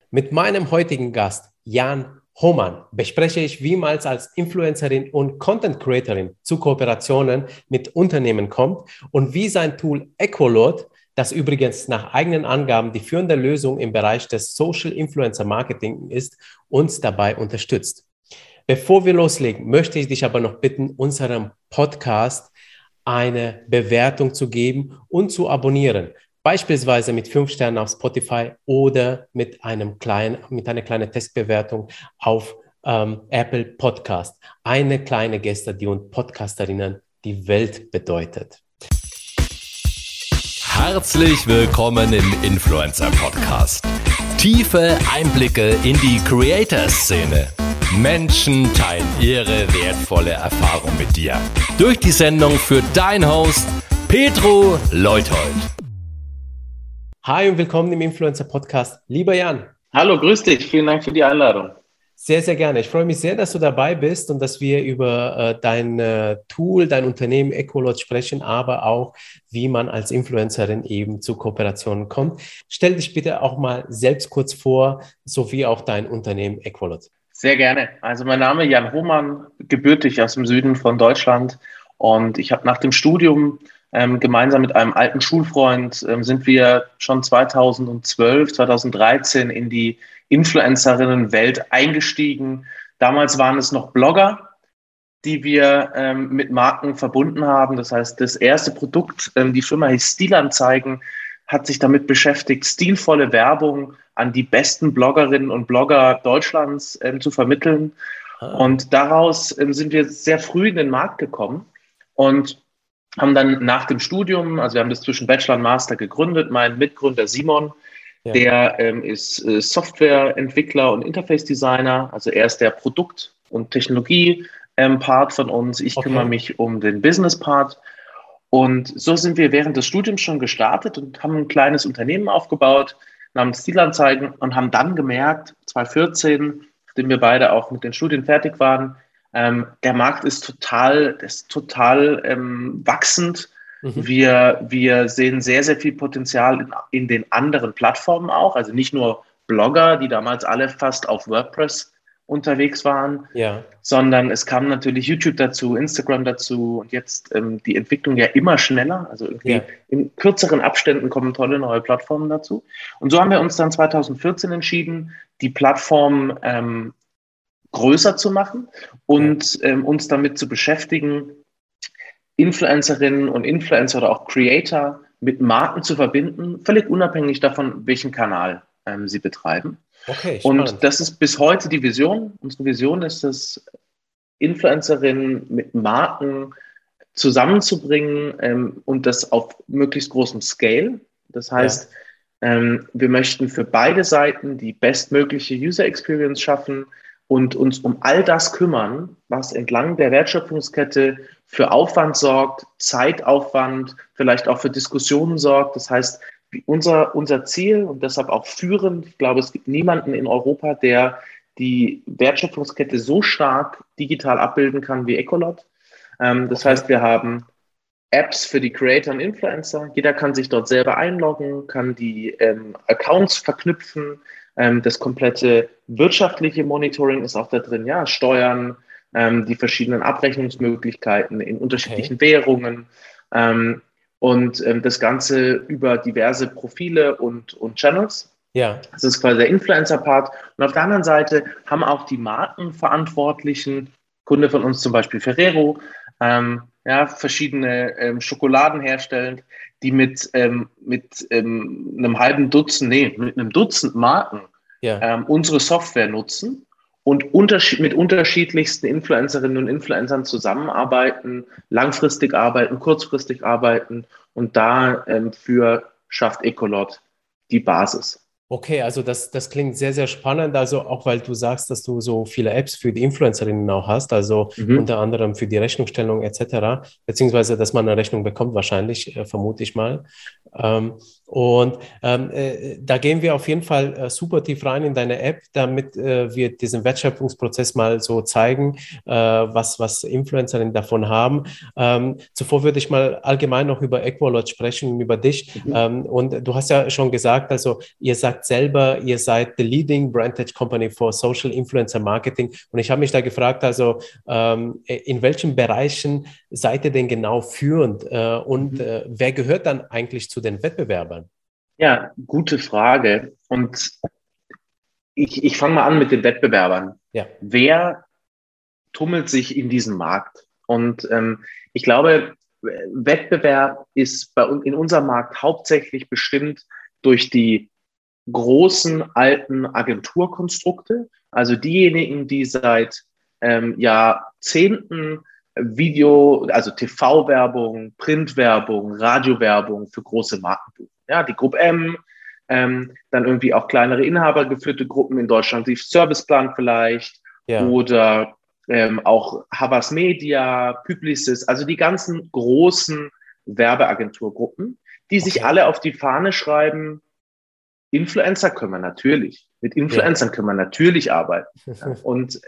Mit meinem heutigen Gast, Jan Hohmann, bespreche ich, wie man als Influencerin und Content Creatorin zu Kooperationen mit Unternehmen kommt und wie sein Tool Ecolot, das übrigens nach eigenen Angaben die führende Lösung im Bereich des Social Influencer Marketing ist, uns dabei unterstützt. Bevor wir loslegen, möchte ich dich aber noch bitten, unserem Podcast eine Bewertung zu geben und zu abonnieren. Beispielsweise mit 5 Sternen auf Spotify oder mit einer kleinen Testbewertung auf Apple Podcast. Eine kleine Geste, die uns Podcasterinnen die Welt bedeutet. Herzlich willkommen im Influencer Podcast. Tiefe Einblicke in die Creator-Szene. Menschen teilen ihre wertvolle Erfahrung mit dir. Durch die Sendung führt dein Host Pedro Leuthold. Hi und willkommen im Influencer Podcast. Lieber Jan. Hallo, grüß dich. Vielen Dank für die Einladung. Sehr, sehr gerne. Ich freue mich sehr, dass du dabei bist und dass wir über dein Tool, dein Unternehmen Ecolot sprechen, aber auch, wie man als Influencerin eben zu Kooperationen kommt. Stell dich bitte auch mal selbst kurz vor, sowie auch dein Unternehmen Ecolot. Sehr gerne. Also mein Name ist Jan Hohmann, gebürtig aus dem Süden von Deutschland, und ich habe nach dem Studium gemeinsam mit einem alten Schulfreund sind wir schon 2013 in die Influencerinnen-Welt eingestiegen. Damals waren es noch Blogger, die wir mit Marken verbunden haben. Das heißt, das erste Produkt, die Firma hieß Stilanzeigen, hat sich damit beschäftigt, stilvolle Werbung an die besten Bloggerinnen und Blogger Deutschlands zu vermitteln. Und daraus sind wir sehr früh in den Markt gekommen und haben dann nach dem Studium, also wir haben das zwischen Bachelor und Master gegründet, mein Mitgründer Simon, der ist Softwareentwickler und Interface-Designer, also er ist der Produkt- und Technologie-Part von uns. Ich kümmere mich um den Business-Part. Und so sind wir während des Studiums schon gestartet und haben ein kleines Unternehmen aufgebaut, namens Stilanzeigen, und haben dann gemerkt, 2014, nachdem wir beide auch mit den Studien fertig waren, der Markt ist total wachsend. Wir sehen sehr, sehr viel Potenzial in den anderen Plattformen auch. Also nicht nur Blogger, die damals alle fast auf WordPress unterwegs waren, sondern es kam natürlich YouTube dazu, Instagram dazu und jetzt die Entwicklung ja immer schneller. Also irgendwie in kürzeren Abständen kommen tolle neue Plattformen dazu. Und so haben wir uns dann 2014 entschieden, die Plattform größer zu machen und uns damit zu beschäftigen, Influencerinnen und Influencer oder auch Creator mit Marken zu verbinden, völlig unabhängig davon, welchen Kanal sie betreiben. Okay, spannend. Und das ist bis heute die Vision. Unsere Vision ist es, Influencerinnen mit Marken zusammenzubringen und das auf möglichst großem Scale. Das heißt, wir möchten für beide Seiten die bestmögliche User Experience schaffen und uns um all das kümmern, was entlang der Wertschöpfungskette für Aufwand sorgt, Zeitaufwand, vielleicht auch für Diskussionen sorgt. Das heißt, unser Ziel und deshalb auch führend, ich glaube, es gibt niemanden in Europa, der die Wertschöpfungskette so stark digital abbilden kann wie Ecolot. Das heißt, wir haben Apps für die Creator und Influencer. Jeder kann sich dort selber einloggen, kann die Accounts verknüpfen. Das komplette wirtschaftliche Monitoring ist auch da drin, Steuern, die verschiedenen Abrechnungsmöglichkeiten in unterschiedlichen Währungen und das Ganze über diverse Profile und Channels. Das ist quasi der Influencer-Part. Und auf der anderen Seite haben auch die Markenverantwortlichen, Kunde von uns zum Beispiel Ferrero, verschiedene Schokoladen herstellend, die mit einem Dutzend Marken unsere Software nutzen und mit unterschiedlichsten Influencerinnen und Influencern zusammenarbeiten, langfristig arbeiten, kurzfristig arbeiten, und dafür schafft Ecolot die Basis. Okay, also das klingt sehr, sehr spannend, also auch weil du sagst, dass du so viele Apps für die Influencerinnen auch hast, also unter anderem für die Rechnungsstellung etc., beziehungsweise, dass man eine Rechnung bekommt wahrscheinlich, vermute ich mal. Da gehen wir auf jeden Fall super tief rein in deine App, damit wir diesen Wertschöpfungsprozess mal so zeigen, was Influencerinnen davon haben. Zuvor würde ich mal allgemein noch über Ecolot sprechen, über dich. Und du hast ja schon gesagt, also ihr sagt sagt selber, ihr seid the leading Brand Tech Company for Social Influencer Marketing. Und ich habe mich da gefragt, also in welchen Bereichen seid ihr denn genau führend und wer gehört dann eigentlich zu den Wettbewerbern? Ja, gute Frage. Und ich fange mal an mit den Wettbewerbern. Ja. Wer tummelt sich in diesem Markt? Und ich glaube, Wettbewerb ist bei uns in unserem Markt hauptsächlich bestimmt durch die großen alten Agenturkonstrukte, also diejenigen, die seit Jahrzehnten also TV-Werbung, Printwerbung, Radiowerbung für große Marken buchen. Ja, die Group M, dann irgendwie auch kleinere inhabergeführte Gruppen in Deutschland, die Serviceplan vielleicht oder auch Havas Media, Publicis, also die ganzen großen Werbeagenturgruppen, die sich alle auf die Fahne schreiben, Influencer können wir natürlich, mit Influencern können wir natürlich arbeiten. Und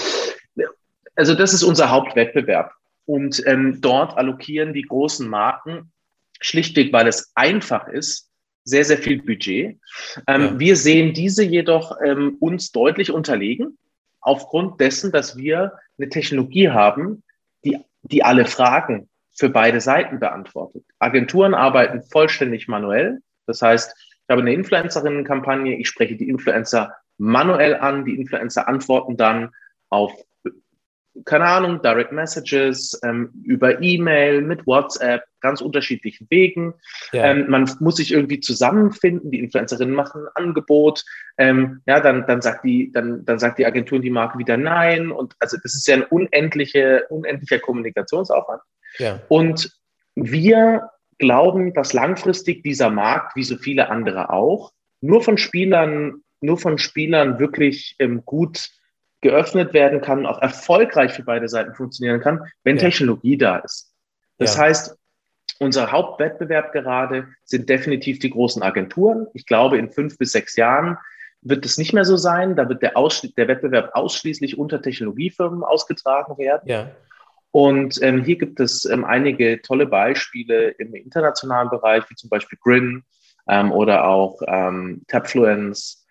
also das ist unser Hauptwettbewerb. Und dort allokieren die großen Marken schlichtweg, weil es einfach ist, sehr, sehr viel Budget. Wir sehen diese jedoch uns deutlich unterlegen, aufgrund dessen, dass wir eine Technologie haben, die alle Fragen für beide Seiten beantwortet. Agenturen arbeiten vollständig manuell. Das heißt, ich habe eine Influencerinnen-Kampagne, ich spreche die Influencer manuell an, die Influencer antworten dann auf, keine Ahnung, Direct Messages, über E-Mail, mit WhatsApp, ganz unterschiedlichen Wegen. Man muss sich irgendwie zusammenfinden, die Influencerinnen machen ein Angebot, dann sagt die Agentur und die Marke wieder nein. Und also das ist ja ein unendlicher Kommunikationsaufwand. Ja. Und wir glauben, dass langfristig dieser Markt, wie so viele andere auch, nur von Spielern wirklich gut geöffnet werden kann, auch erfolgreich für beide Seiten funktionieren kann, wenn Technologie da ist. Das heißt, unser Hauptwettbewerb gerade sind definitiv die großen Agenturen. Ich glaube, in 5 bis 6 Jahren wird es nicht mehr so sein. Da wird der Wettbewerb ausschließlich unter Technologiefirmen ausgetragen werden. Ja. Und hier gibt es einige tolle Beispiele im internationalen Bereich, wie zum Beispiel Grin oder auch Tabfluence.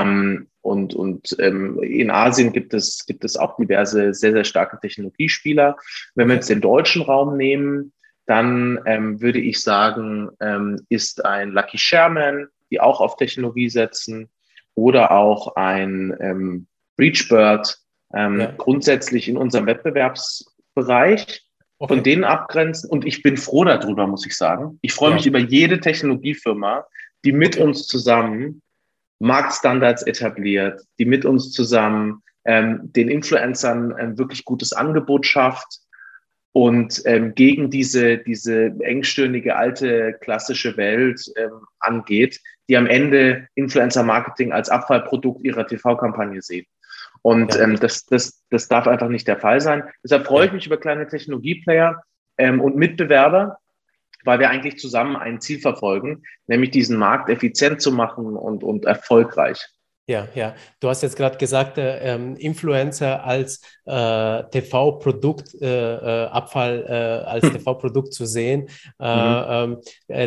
Und in Asien gibt es auch diverse sehr, sehr starke Technologiespieler. Wenn wir jetzt den deutschen Raum nehmen, dann würde ich sagen, ist ein Lucky Sherman, die auch auf Technologie setzen, oder auch ein Reachbird grundsätzlich in unserem Wettbewerbsbereich von denen abgrenzen. Und ich bin froh darüber, muss ich sagen. Ich freue mich über jede Technologiefirma, die mit uns zusammen Marktstandards etabliert, die mit uns zusammen den Influencern ein wirklich gutes Angebot schafft und gegen diese engstirnige, alte, klassische Welt angeht, die am Ende Influencer-Marketing als Abfallprodukt ihrer TV-Kampagne sehen. Und das darf einfach nicht der Fall sein. Deshalb freue ich mich über kleine Technologieplayer und Mitbewerber, weil wir eigentlich zusammen ein Ziel verfolgen, nämlich diesen Markt effizient zu machen und erfolgreich. Ja. Du hast jetzt gerade gesagt, Influencer als TV-Produkt, Abfall als TV-Produkt zu sehen. Warum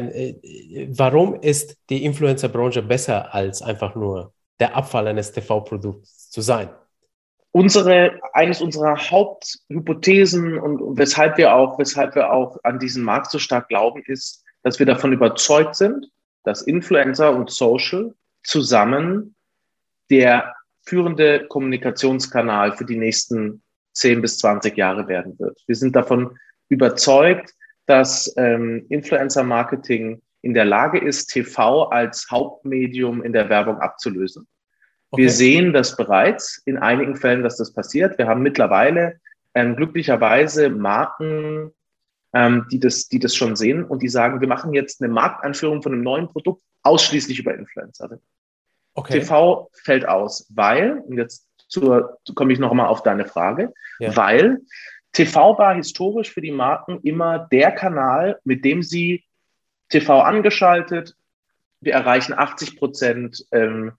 ist die Influencer-Branche besser als einfach nur der Abfall eines TV-Produkts zu sein? Eines unserer Haupthypothesen und weshalb wir auch an diesen Markt so stark glauben, ist, dass wir davon überzeugt sind, dass Influencer und Social zusammen der führende Kommunikationskanal für die nächsten 10 bis 20 Jahre werden wird. Wir sind davon überzeugt, dass Influencer-Marketing in der Lage ist, TV als Hauptmedium in der Werbung abzulösen. Okay. Wir sehen das bereits in einigen Fällen, dass das passiert. Wir haben mittlerweile glücklicherweise Marken, die das schon sehen und die sagen, wir machen jetzt eine Markteinführung von einem neuen Produkt ausschließlich über Influencer. Okay. TV fällt aus, weil, und jetzt komme ich nochmal auf deine Frage, weil TV war historisch für die Marken immer der Kanal, mit dem sie TV angeschaltet, wir erreichen 80%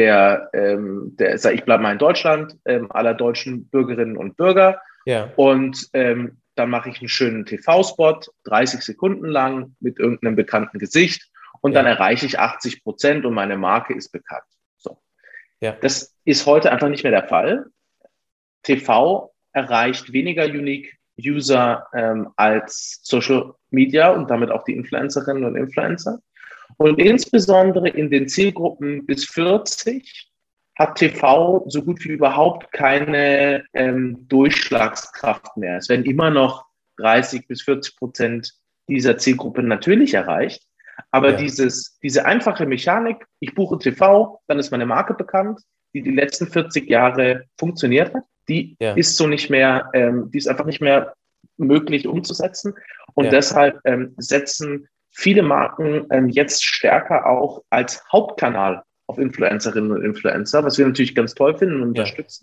ich bleibe mal in Deutschland, aller deutschen Bürgerinnen und Bürger. Ja. Und dann mache ich einen schönen TV-Spot, 30 Sekunden lang mit irgendeinem bekannten Gesicht. und dann erreiche ich 80% und meine Marke ist bekannt. So. Ja. Das ist heute einfach nicht mehr der Fall. TV erreicht weniger Unique User als Social Media und damit auch die Influencerinnen und Influencer. Und insbesondere in den Zielgruppen bis 40 hat TV so gut wie überhaupt keine Durchschlagskraft mehr. Es werden immer noch 30-40% dieser Zielgruppe natürlich erreicht. Aber diese einfache Mechanik, ich buche TV, dann ist meine Marke bekannt, die letzten 40 Jahre funktioniert hat, die ist so nicht mehr, die ist einfach nicht mehr möglich umzusetzen. Und deshalb setzen viele Marken jetzt stärker auch als Hauptkanal auf Influencerinnen und Influencer, was wir natürlich ganz toll finden und unterstützen.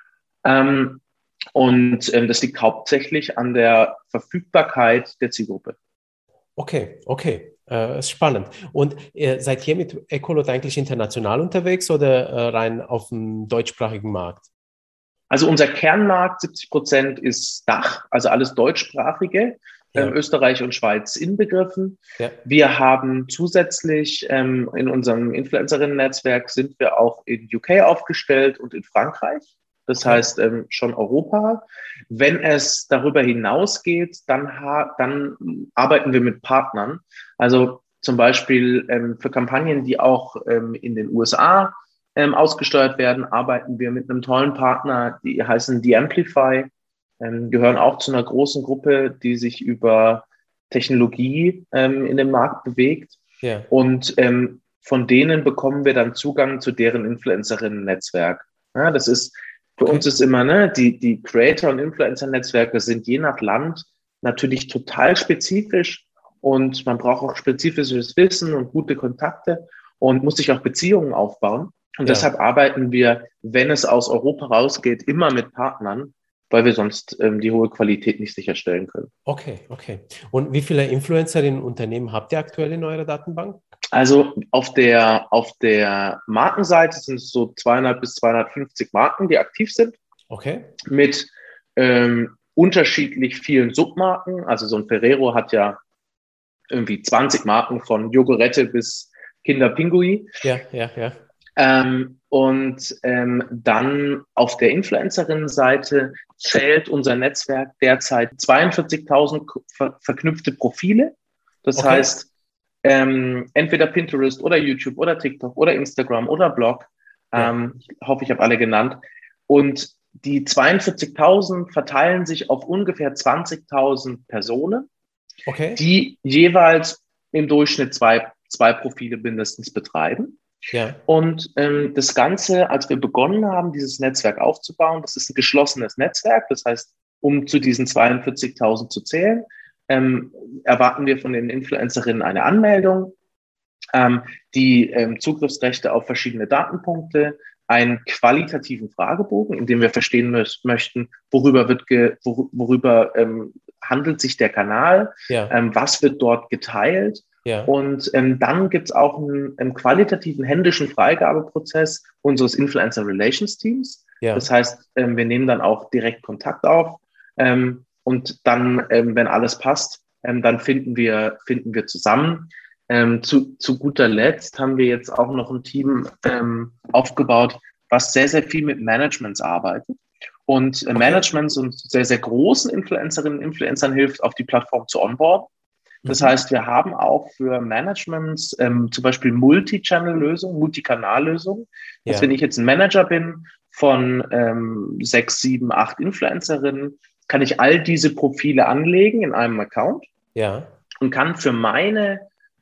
Das liegt hauptsächlich an der Verfügbarkeit der Zielgruppe. Okay. Ist spannend. Und seid ihr mit Ecolot eigentlich international unterwegs oder rein auf dem deutschsprachigen Markt? Also unser Kernmarkt, 70% ist Dach, also alles Deutschsprachige, Österreich und Schweiz inbegriffen. Ja. Wir haben zusätzlich in unserem Influencerinnen-Netzwerk sind wir auch in UK aufgestellt und in Frankreich. Das heißt schon Europa. Wenn es darüber hinausgeht, dann arbeiten wir mit Partnern. Also zum Beispiel für Kampagnen, die auch in den USA ausgesteuert werden, arbeiten wir mit einem tollen Partner, die heißen The Amplify, gehören auch zu einer großen Gruppe, die sich über Technologie in den Markt bewegt. Yeah. Und von denen bekommen wir dann Zugang zu deren Influencerinnen-Netzwerk. Ja, das ist für uns ist immer, die Creator- und Influencer-Netzwerke sind je nach Land natürlich total spezifisch und man braucht auch spezifisches Wissen und gute Kontakte und muss sich auch Beziehungen aufbauen. Und deshalb arbeiten wir, wenn es aus Europa rausgeht, immer mit Partnern, weil wir sonst die hohe Qualität nicht sicherstellen können. Okay. Und wie viele Influencerinnen und Unternehmen habt ihr aktuell in eurer Datenbank? Also auf der Markenseite sind es so 200 bis 250 Marken, die aktiv sind. Okay. Mit unterschiedlich vielen Submarken. Also so ein Ferrero hat ja irgendwie 20 Marken von Jogurette bis Kinderpingui. Ja. Dann auf der Influencerinnen-Seite zählt unser Netzwerk derzeit 42.000 verknüpfte Profile. Das heißt, entweder Pinterest oder YouTube oder TikTok oder Instagram oder Blog. Ich hoffe, ich habe alle genannt. Und die 42.000 verteilen sich auf ungefähr 20.000 Personen, die jeweils im Durchschnitt zwei Profile mindestens betreiben. Ja. Und das Ganze, als wir begonnen haben, dieses Netzwerk aufzubauen, das ist ein geschlossenes Netzwerk. Das heißt, um zu diesen 42.000 zu zählen, erwarten wir von den Influencerinnen eine Anmeldung, die Zugriffsrechte auf verschiedene Datenpunkte, einen qualitativen Fragebogen, in dem wir verstehen möchten, worüber handelt sich der Kanal, was wird dort geteilt. Ja. Und dann gibt es auch einen qualitativen händischen Freigabeprozess unseres Influencer Relations Teams. Ja. Das heißt, wir nehmen dann auch direkt Kontakt auf und dann, wenn alles passt, dann finden wir zusammen. Zu guter Letzt haben wir jetzt auch noch ein Team aufgebaut, was sehr, sehr viel mit Managements arbeitet und Managements und sehr, sehr großen Influencerinnen und Influencern hilft, auf die Plattform zu onboarden. Das heißt, wir haben auch für Managements zum Beispiel Multi-Channel-Lösungen, Multikanal-Lösungen. Dass wenn ich jetzt ein Manager bin von 6, 7, 8 Influencerinnen, kann ich all diese Profile anlegen in einem Account und kann für meine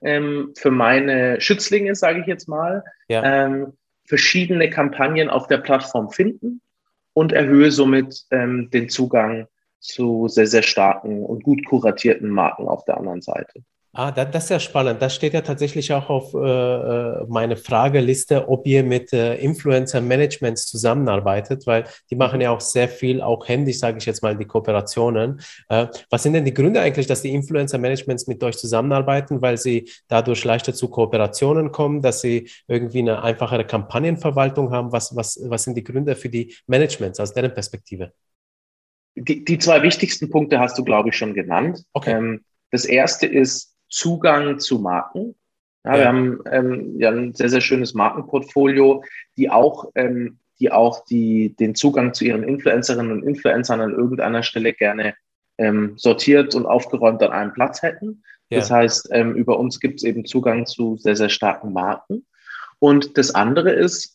Schützlinge, sage ich jetzt mal, verschiedene Kampagnen auf der Plattform finden und erhöhe somit den Zugang zu sehr, sehr starken und gut kuratierten Marken auf der anderen Seite. Das ist ja spannend. Das steht ja tatsächlich auch auf meine Frageliste, ob ihr mit Influencer-Managements zusammenarbeitet, weil die machen ja auch sehr viel, auch händisch, sage ich jetzt mal, die Kooperationen. Was sind denn die Gründe eigentlich, dass die Influencer-Managements mit euch zusammenarbeiten, weil sie dadurch leichter zu Kooperationen kommen, dass sie irgendwie eine einfachere Kampagnenverwaltung haben? Was sind die Gründe für die Managements aus deren Perspektive? Die zwei wichtigsten Punkte hast du, glaube ich, schon genannt. Okay. Das erste ist Zugang zu Marken. Ja, wir haben ja ein sehr, sehr schönes Markenportfolio, die den Zugang zu ihren Influencerinnen und Influencern an irgendeiner Stelle gerne sortiert und aufgeräumt an einem Platz hätten. Das Ja, heißt, über uns gibt es eben Zugang zu sehr, sehr starken Marken. Und das andere ist,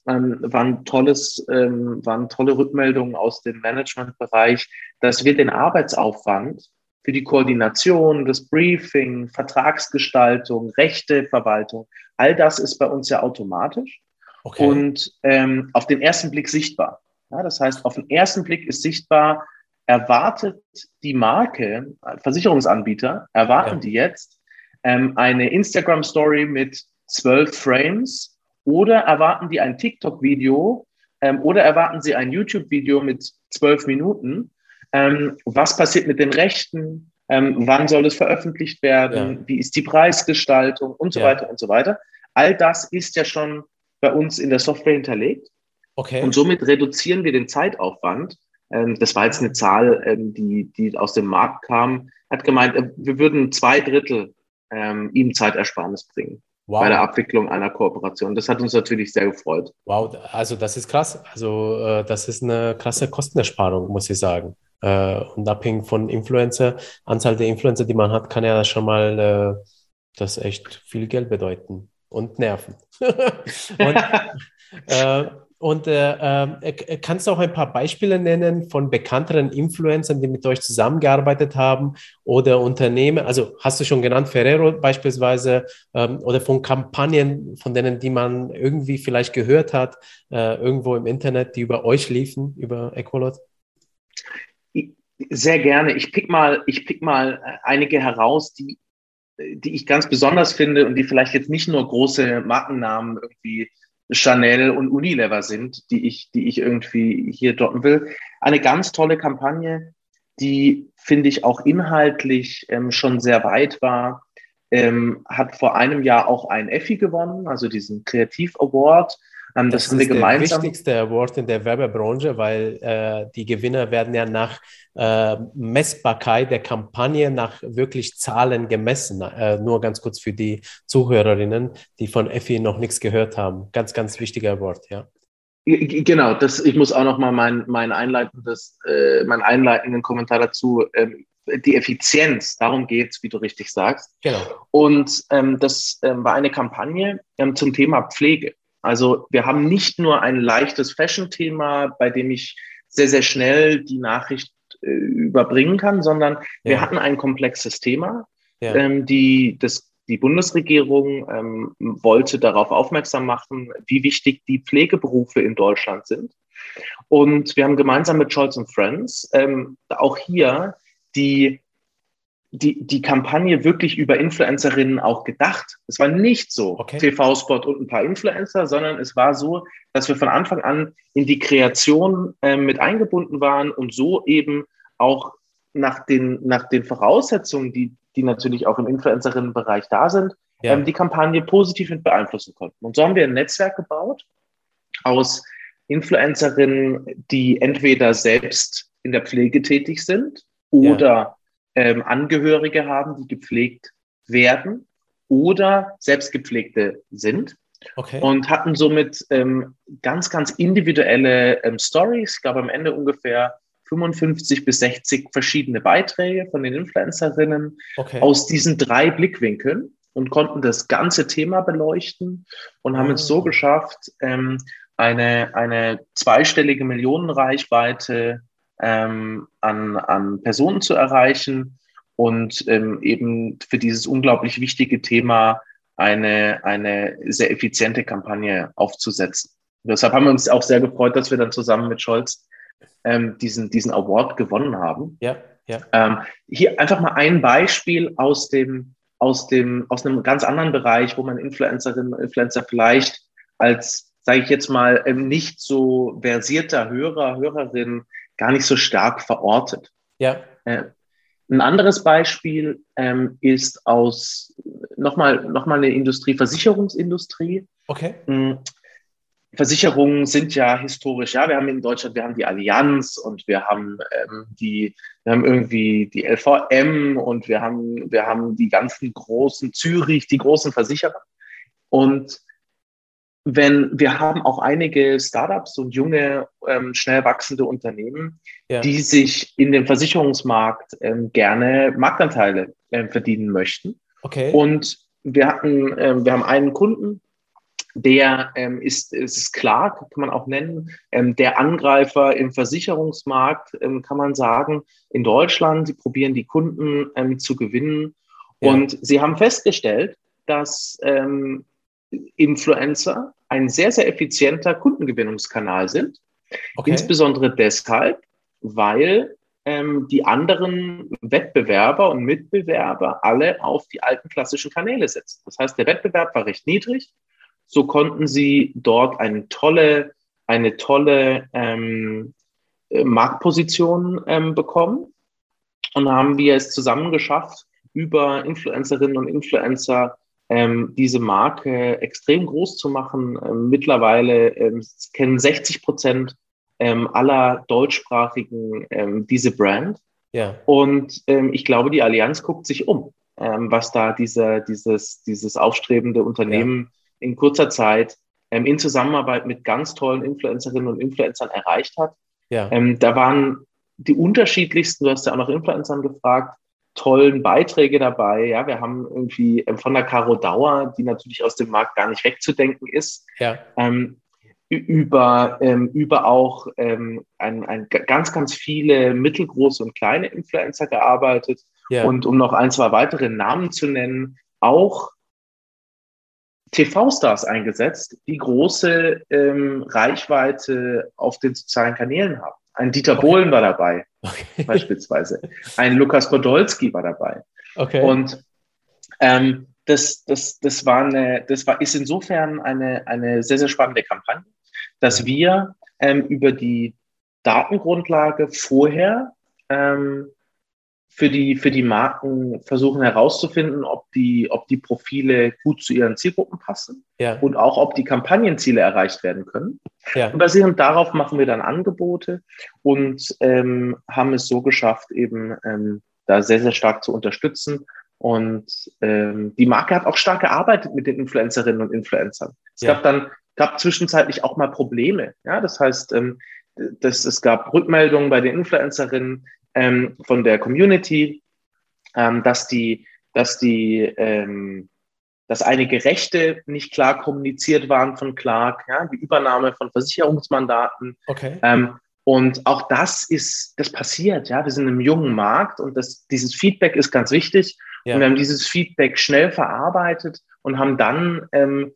waren tolle Rückmeldungen aus dem Managementbereich, dass wir den Arbeitsaufwand für die Koordination, das Briefing, Vertragsgestaltung, Rechteverwaltung, all das ist bei uns ja automatisch okay. und auf den ersten Blick sichtbar. Ja, das heißt, auf den ersten Blick ist sichtbar, erwartet die Marke, Versicherungsanbieter, erwarten Ja, die jetzt eine Instagram-Story mit 12 Frames oder erwarten die ein TikTok-Video oder erwarten sie ein YouTube-Video mit 12 Minuten? Was passiert mit den Rechten? Wann soll es veröffentlicht ja, werden? Wie ist die Preisgestaltung und so ja, weiter und so weiter? All das ist ja schon bei uns in der Software hinterlegt und okay. somit reduzieren wir den Zeitaufwand. Das war jetzt eine Zahl, die aus dem Markt kam, hat gemeint, wir würden 2 Drittel ihm Zeitersparnis bringen bei der Wow. Abwicklung einer Kooperation. Das hat uns natürlich sehr gefreut. Wow, also das ist krass. Also das ist eine krasse Kostenersparung, muss ich sagen. Und abhängig von Influencer, Anzahl der Influencer, die man hat, kann ja schon mal das echt viel Geld bedeuten und Nerven. Und äh, kannst du auch ein paar Beispiele nennen von bekannteren Influencern, die mit euch zusammengearbeitet haben oder Unternehmen? Also hast du schon genannt, Ferrero beispielsweise, oder von Kampagnen, von denen, die man irgendwie vielleicht gehört hat, irgendwo im Internet, die über euch liefen, über Equalot? Sehr gerne. Ich pick mal einige heraus, die ich ganz besonders finde und die vielleicht jetzt nicht nur große Markennamen irgendwie Chanel und Unilever sind, die ich irgendwie hier droppen will. Eine ganz tolle Kampagne, die finde ich auch inhaltlich schon sehr weit war, hat vor einem Jahr auch einen Effi gewonnen, also diesen Kreativ Award. Das Das haben wir ist der gemeinsam. wichtigste Award in der Werbebranche, weil die Gewinner werden ja nach Messbarkeit der Kampagne, nach wirklich Zahlen gemessen. Nur ganz kurz für die Zuhörerinnen, die von Effi noch nichts gehört haben. Ganz, ganz wichtiger Award, ja. Genau, ich muss auch noch mal meinen einleitenden Kommentar dazu, die Effizienz, darum geht's, wie du richtig sagst. Genau. Und das war eine Kampagne zum Thema Pflege. Also wir haben nicht nur ein leichtes Fashion-Thema, bei dem ich sehr, sehr schnell die Nachricht überbringen kann, sondern wir Ja, hatten ein komplexes Thema. ja, Die Bundesregierung wollte darauf aufmerksam machen, wie wichtig die Pflegeberufe in Deutschland sind. Und wir haben gemeinsam mit Scholz Friends auch hier die die Kampagne wirklich über Influencerinnen auch gedacht. Es war nicht so okay. TV-Spot und ein paar Influencer, sondern es war so, dass wir von Anfang an in die Kreation mit eingebunden waren und so eben auch nach den Voraussetzungen, die natürlich auch im Influencerinnenbereich da sind, Ja, die Kampagne positiv mit beeinflussen konnten. Und so haben wir ein Netzwerk gebaut aus Influencerinnen, die entweder selbst in der Pflege tätig sind ja, oder Angehörige haben, die gepflegt werden oder selbst gepflegte sind okay. und hatten somit ganz, ganz individuelle Stories. Ich glaube, am Ende ungefähr 55 bis 60 verschiedene Beiträge von den Influencerinnen Okay. aus diesen 3 Blickwinkeln und konnten das ganze Thema beleuchten und haben es so Ah, geschafft, eine zweistellige Millionenreichweite an Personen zu erreichen und eben für dieses unglaublich wichtige Thema eine sehr effiziente Kampagne aufzusetzen. Und deshalb haben wir uns auch sehr gefreut, dass wir dann zusammen mit Scholz diesen Award gewonnen haben. ja, ja, Hier einfach mal ein Beispiel aus einem ganz anderen Bereich, wo man Influencerinnen und Influencer vielleicht als, sage ich jetzt mal, nicht so versierter Hörerin gar nicht so stark verortet. ja, Äh, ein anderes Beispiel ist nochmal eine Industrie, Versicherungsindustrie. okay. Versicherungen sind ja historisch, ja, wir haben in Deutschland, wir haben die Allianz und wir haben irgendwie die LVM und wir haben die ganzen großen Zürich, die großen Versicherer. Und wir haben auch einige Startups und junge, schnell wachsende Unternehmen, die sich in dem Versicherungsmarkt gerne Marktanteile verdienen möchten. Okay. Und wir haben einen Kunden, der ist Clark, kann man auch nennen, der Angreifer im Versicherungsmarkt, kann man sagen, in Deutschland. Sie probieren die Kunden zu gewinnen. Ja. Und sie haben festgestellt, dass Influencer ein sehr, sehr effizienter Kundengewinnungskanal sind. Okay. Insbesondere deshalb, weil die anderen Wettbewerber und Mitbewerber alle auf die alten klassischen Kanäle setzen. Das heißt, der Wettbewerb war recht niedrig. So konnten sie dort eine tolle Marktposition bekommen, und haben wir es zusammen geschafft, über Influencerinnen und Influencer diese Marke extrem groß zu machen. Mittlerweile kennen 60% aller Deutschsprachigen diese Brand. Ja. Und ich glaube, die Allianz guckt sich um, was da dieses aufstrebende Unternehmen in kurzer Zeit in Zusammenarbeit mit ganz tollen Influencerinnen und Influencern erreicht hat. Ja. Da waren die unterschiedlichsten, du hast ja auch nach Influencern gefragt, tollen Beiträge dabei. Ja, wir haben irgendwie von der Caro Dauer, die natürlich aus dem Markt gar nicht wegzudenken ist, über auch ganz, ganz viele mittelgroße und kleine Influencer gearbeitet. Ja. Und um noch ein, zwei weitere Namen zu nennen, auch TV-Stars eingesetzt, die große Reichweite auf den sozialen Kanälen haben. Ein Dieter Bohlen war dabei, beispielsweise. Ein Lukas Podolski war dabei. Okay. Und das ist insofern eine sehr, sehr spannende Kampagne, dass wir über die Datengrundlage vorher für die Marken versuchen herauszufinden, ob die Profile gut zu ihren Zielgruppen passen und auch, ob die Kampagnenziele erreicht werden können. Ja. Und basierend darauf machen wir dann Angebote und haben es so geschafft, eben da sehr, sehr stark zu unterstützen. Und die Marke hat auch stark gearbeitet mit den Influencerinnen und Influencern. Es gab zwischenzeitlich auch mal Probleme. Ja? Das heißt, es gab Rückmeldungen bei den Influencerinnen von der Community, dass einige Rechte nicht klar kommuniziert waren von Clark, die Übernahme von Versicherungsmandaten. Okay. Und auch das passiert. Ja, wir sind im jungen Markt und dieses Feedback ist ganz wichtig. Ja. Und wir haben dieses Feedback schnell verarbeitet und haben dann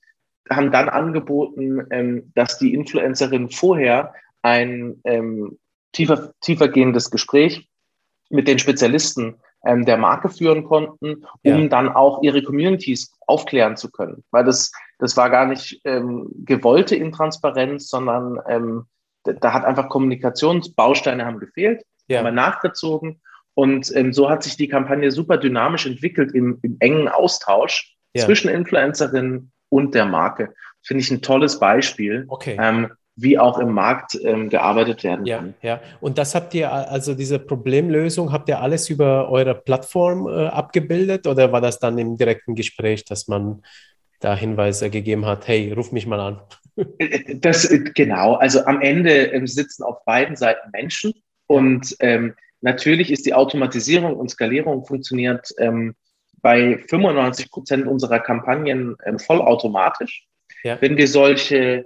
angeboten, dass die Influencerinnen vorher ein tiefergehendes Gespräch mit den Spezialisten der Marke führen konnten, um dann auch ihre Communities aufklären zu können. Weil das war gar nicht gewollte Intransparenz, sondern da hat einfach Kommunikationsbausteine haben gefehlt, haben wir nachgezogen. Und so hat sich die Kampagne super dynamisch entwickelt im engen Austausch zwischen Influencerinnen und der Marke. Finde ich ein tolles Beispiel. Okay. Wie auch im Markt gearbeitet werden kann. Ja. Und das habt ihr, also diese Problemlösung, habt ihr alles über eure Plattform abgebildet oder war das dann im direkten Gespräch, dass man da Hinweise gegeben hat, hey, ruf mich mal an? Genau, also am Ende sitzen auf beiden Seiten Menschen und natürlich ist die Automatisierung und Skalierung funktioniert bei 95% unserer Kampagnen vollautomatisch. Ja. Wenn wir solche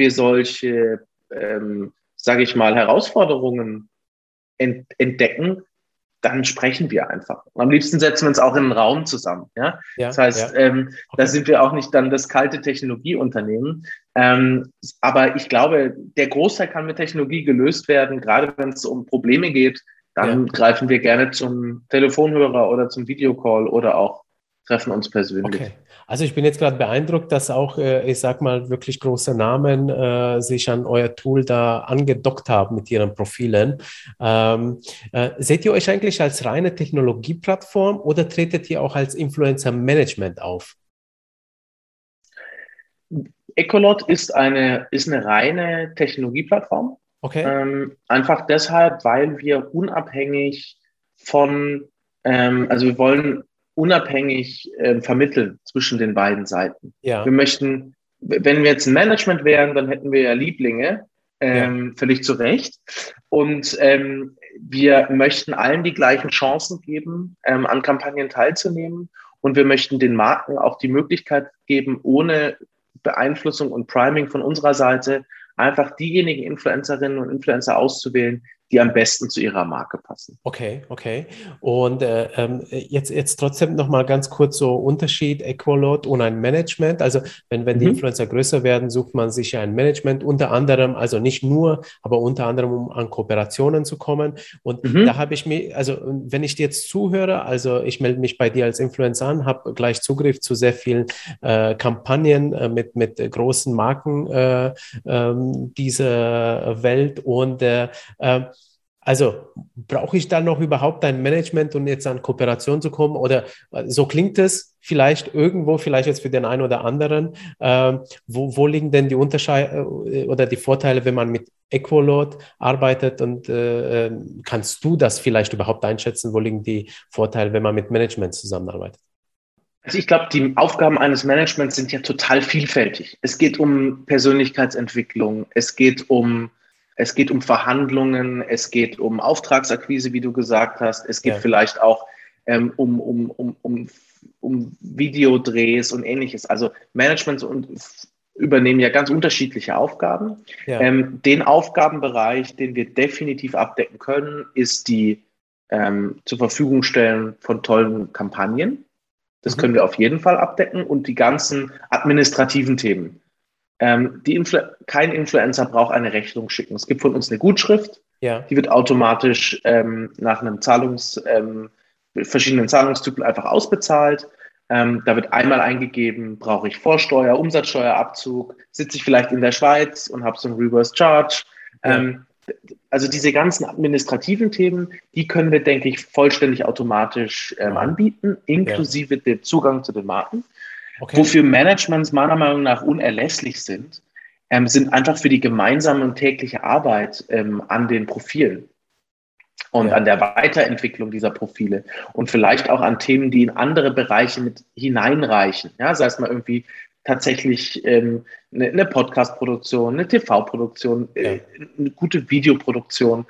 sage ich mal, Herausforderungen entdecken, dann sprechen wir einfach. Am liebsten setzen wir uns auch in einen Raum zusammen. Ja? Das heißt, da sind wir auch nicht dann das kalte Technologieunternehmen. Aber ich glaube, der Großteil kann mit Technologie gelöst werden. Gerade wenn es um Probleme geht, dann greifen wir gerne zum Telefonhörer oder zum Videocall oder auch treffen uns persönlich. Okay. Also ich bin jetzt gerade beeindruckt, dass auch, ich sag mal, wirklich große Namen sich an euer Tool da angedockt haben mit ihren Profilen. Seht ihr euch eigentlich als reine Technologieplattform oder tretet ihr auch als Influencer-Management auf? Ecolot ist eine reine Technologieplattform. Okay. Einfach deshalb, weil wir unabhängig von, also wir wollen unabhängig vermitteln zwischen den beiden Seiten. Ja. Wir möchten, wenn wir jetzt ein Management wären, dann hätten wir ja Lieblinge, völlig zu Recht. Und wir möchten allen die gleichen Chancen geben, an Kampagnen teilzunehmen. Und wir möchten den Marken auch die Möglichkeit geben, ohne Beeinflussung und Priming von unserer Seite einfach diejenigen Influencerinnen und Influencer auszuwählen, die am besten zu ihrer Marke passen. Okay. Und jetzt trotzdem nochmal ganz kurz so Unterschied Equalot und ein Management. Also wenn die Influencer größer werden, sucht man sich ja ein Management unter anderem, also nicht nur, aber unter anderem, um an Kooperationen zu kommen. Und da habe ich mir, also wenn ich dir jetzt zuhöre, also ich melde mich bei dir als Influencer an, habe gleich Zugriff zu sehr vielen Kampagnen mit großen Marken dieser Welt und also brauche ich dann noch überhaupt ein Management, um jetzt an Kooperation zu kommen? Oder so klingt es vielleicht irgendwo, vielleicht jetzt für den einen oder anderen. Wo liegen denn die Unterschiede oder die Vorteile, wenn man mit Equalot arbeitet? Und kannst du das vielleicht überhaupt einschätzen? Wo liegen die Vorteile, wenn man mit Management zusammenarbeitet? Also ich glaube, die Aufgaben eines Managements sind ja total vielfältig. Es geht um Persönlichkeitsentwicklung, es geht um Verhandlungen, es geht um Auftragsakquise, wie du gesagt hast. Es geht vielleicht auch um Videodrehs und Ähnliches. Also Managements übernehmen ja ganz unterschiedliche Aufgaben. Ja. Den Aufgabenbereich, den wir definitiv abdecken können, ist die zur Verfügung stellen von tollen Kampagnen. Das können wir auf jeden Fall abdecken und die ganzen administrativen Themen. Kein Influencer braucht eine Rechnung schicken. Es gibt von uns eine Gutschrift, die wird automatisch nach einem verschiedenen Zahlungstypen einfach ausbezahlt. Da wird einmal eingegeben, brauche ich Vorsteuer, Umsatzsteuerabzug, sitze ich vielleicht in der Schweiz und habe so einen Reverse Charge. Also diese ganzen administrativen Themen, die können wir, denke ich, vollständig automatisch anbieten, inklusive dem Zugang zu den Marken. Okay. Wofür Managements meiner Meinung nach unerlässlich sind, sind einfach für die gemeinsame und tägliche Arbeit an den Profilen und an der Weiterentwicklung dieser Profile und vielleicht auch an Themen, die in andere Bereiche mit hineinreichen. Ja, sei es mal irgendwie tatsächlich eine Podcast-Produktion, eine TV-Produktion, eine gute Videoproduktion.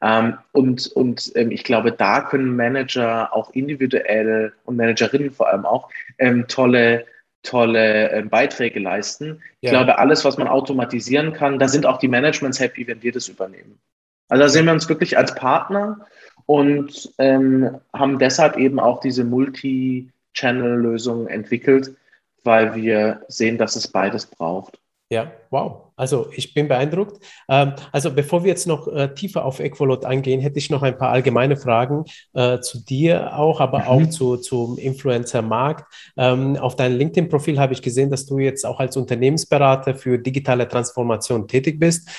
Und ich glaube, da können Manager auch individuell und Managerinnen vor allem auch tolle Beiträge leisten. Ich glaube, alles, was man automatisieren kann, da sind auch die Managements happy, wenn wir das übernehmen. Also da sehen wir uns wirklich als Partner und haben deshalb eben auch diese Multi-Channel-Lösung entwickelt, weil wir sehen, dass es beides braucht. Ja, wow. Also ich bin beeindruckt. Also bevor wir jetzt noch tiefer auf Equalot eingehen, hätte ich noch ein paar allgemeine Fragen zu dir auch, aber auch zum Influencer-Markt. Auf deinem LinkedIn-Profil habe ich gesehen, dass du jetzt auch als Unternehmensberater für digitale Transformation tätig bist.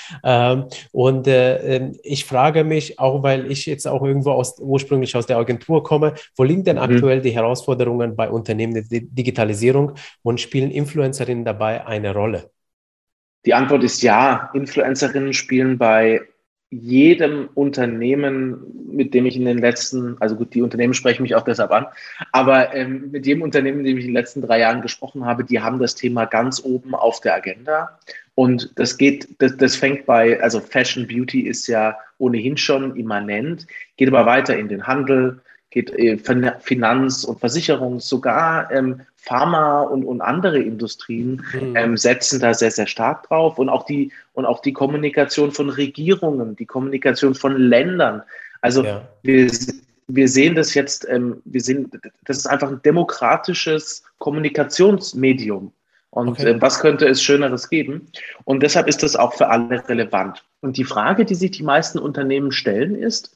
Ich frage mich, auch weil ich jetzt auch irgendwo ursprünglich aus der Agentur komme, wo liegen denn aktuell die Herausforderungen bei Unternehmen der Digitalisierung und spielen Influencerinnen dabei eine Rolle? Die Antwort ist ja. Influencerinnen spielen bei jedem Unternehmen, mit dem ich in den letzten, also gut, die Unternehmen sprechen mich auch deshalb an, aber mit jedem Unternehmen, mit dem ich in den letzten 3 Jahren gesprochen habe, die haben das Thema ganz oben auf der Agenda. Und das fängt bei, also Fashion, Beauty ist ja ohnehin schon immanent, geht aber weiter in den Handel, geht Finanz- und Versicherung, sogar Pharma und andere Industrien setzen da sehr, sehr stark drauf und auch die Kommunikation von Regierungen, die Kommunikation von Ländern. Also wir sehen das jetzt, das ist einfach ein demokratisches Kommunikationsmedium. Und was könnte es Schöneres geben? Und deshalb ist das auch für alle relevant. Und die Frage, die sich die meisten Unternehmen stellen, ist,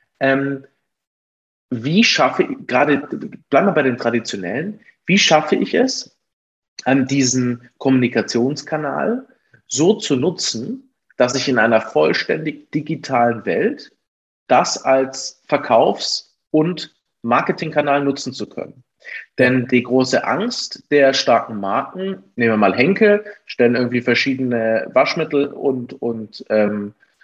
wie schaffe ich, gerade bleiben wir bei den traditionellen, wie schaffe ich es, diesen Kommunikationskanal so zu nutzen, dass ich in einer vollständig digitalen Welt das als Verkaufs- und Marketingkanal nutzen zu können? Denn die große Angst der starken Marken, nehmen wir mal Henkel, stellen irgendwie verschiedene Waschmittel und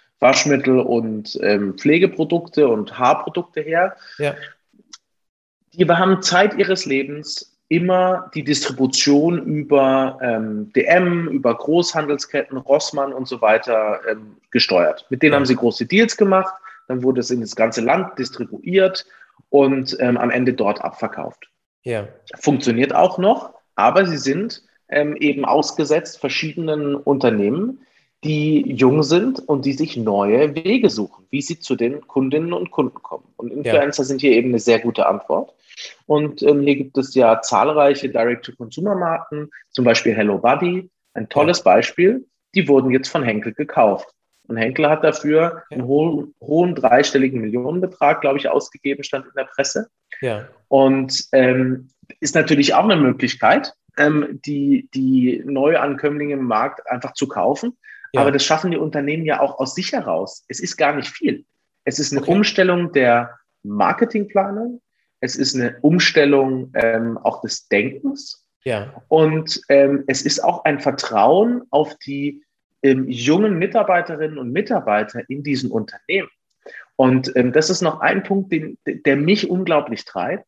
Pflegeprodukte und Haarprodukte her. Ja. Die haben Zeit ihres Lebens immer die Distribution über DM, über Großhandelsketten, Rossmann und so weiter gesteuert. Mit denen haben sie große Deals gemacht, dann wurde es in das ganze Land distribuiert und am Ende dort abverkauft. Ja. Funktioniert auch noch, aber sie sind eben ausgesetzt verschiedenen Unternehmen, die jung sind und die sich neue Wege suchen, wie sie zu den Kundinnen und Kunden kommen. Und Influencer sind hier eben eine sehr gute Antwort. Und hier gibt es ja zahlreiche Direct-to-Consumer-Marken, zum Beispiel Hello Buddy, ein tolles Beispiel. Die wurden jetzt von Henkel gekauft. Und Henkel hat dafür einen hohen dreistelligen Millionenbetrag, glaube ich, ausgegeben, stand in der Presse. Ja. Und ist natürlich auch eine Möglichkeit, die Neuankömmlinge im Markt einfach zu kaufen. Ja. Aber das schaffen die Unternehmen ja auch aus sich heraus. Es ist gar nicht viel. Es ist eine Umstellung der Marketingplanung. Es ist eine Umstellung auch des Denkens. Ja. Und es ist auch ein Vertrauen auf die jungen Mitarbeiterinnen und Mitarbeiter in diesen Unternehmen. Und das ist noch ein Punkt, der mich unglaublich treibt.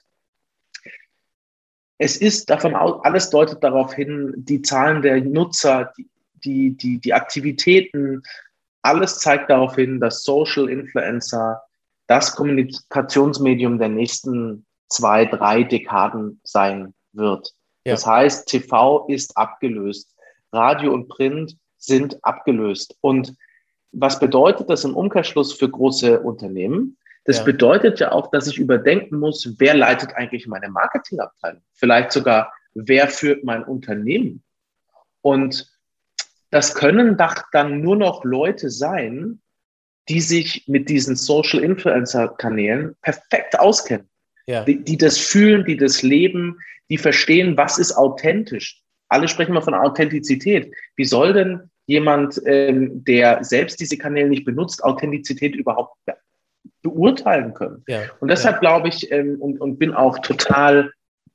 Es ist davon aus, alles deutet darauf hin, die Zahlen der Nutzer, die Aktivitäten, alles zeigt darauf hin, dass Social Influencer das Kommunikationsmedium der nächsten 2, 3 Dekaden sein wird. Ja. Das heißt, TV ist abgelöst, Radio und Print sind abgelöst. Und was bedeutet das im Umkehrschluss für große Unternehmen? Das bedeutet ja auch, dass ich überdenken muss, wer leitet eigentlich meine Marketingabteilung? Vielleicht sogar, wer führt mein Unternehmen? Und das können dann nur noch Leute sein, die sich mit diesen Social Influencer Kanälen perfekt auskennen. Ja. Die das fühlen, die das leben, die verstehen, was ist authentisch. Alle sprechen mal von Authentizität. Wie soll denn jemand, der selbst diese Kanäle nicht benutzt, Authentizität überhaupt beurteilen können? Ja. Und deshalb glaube ich und bin auch total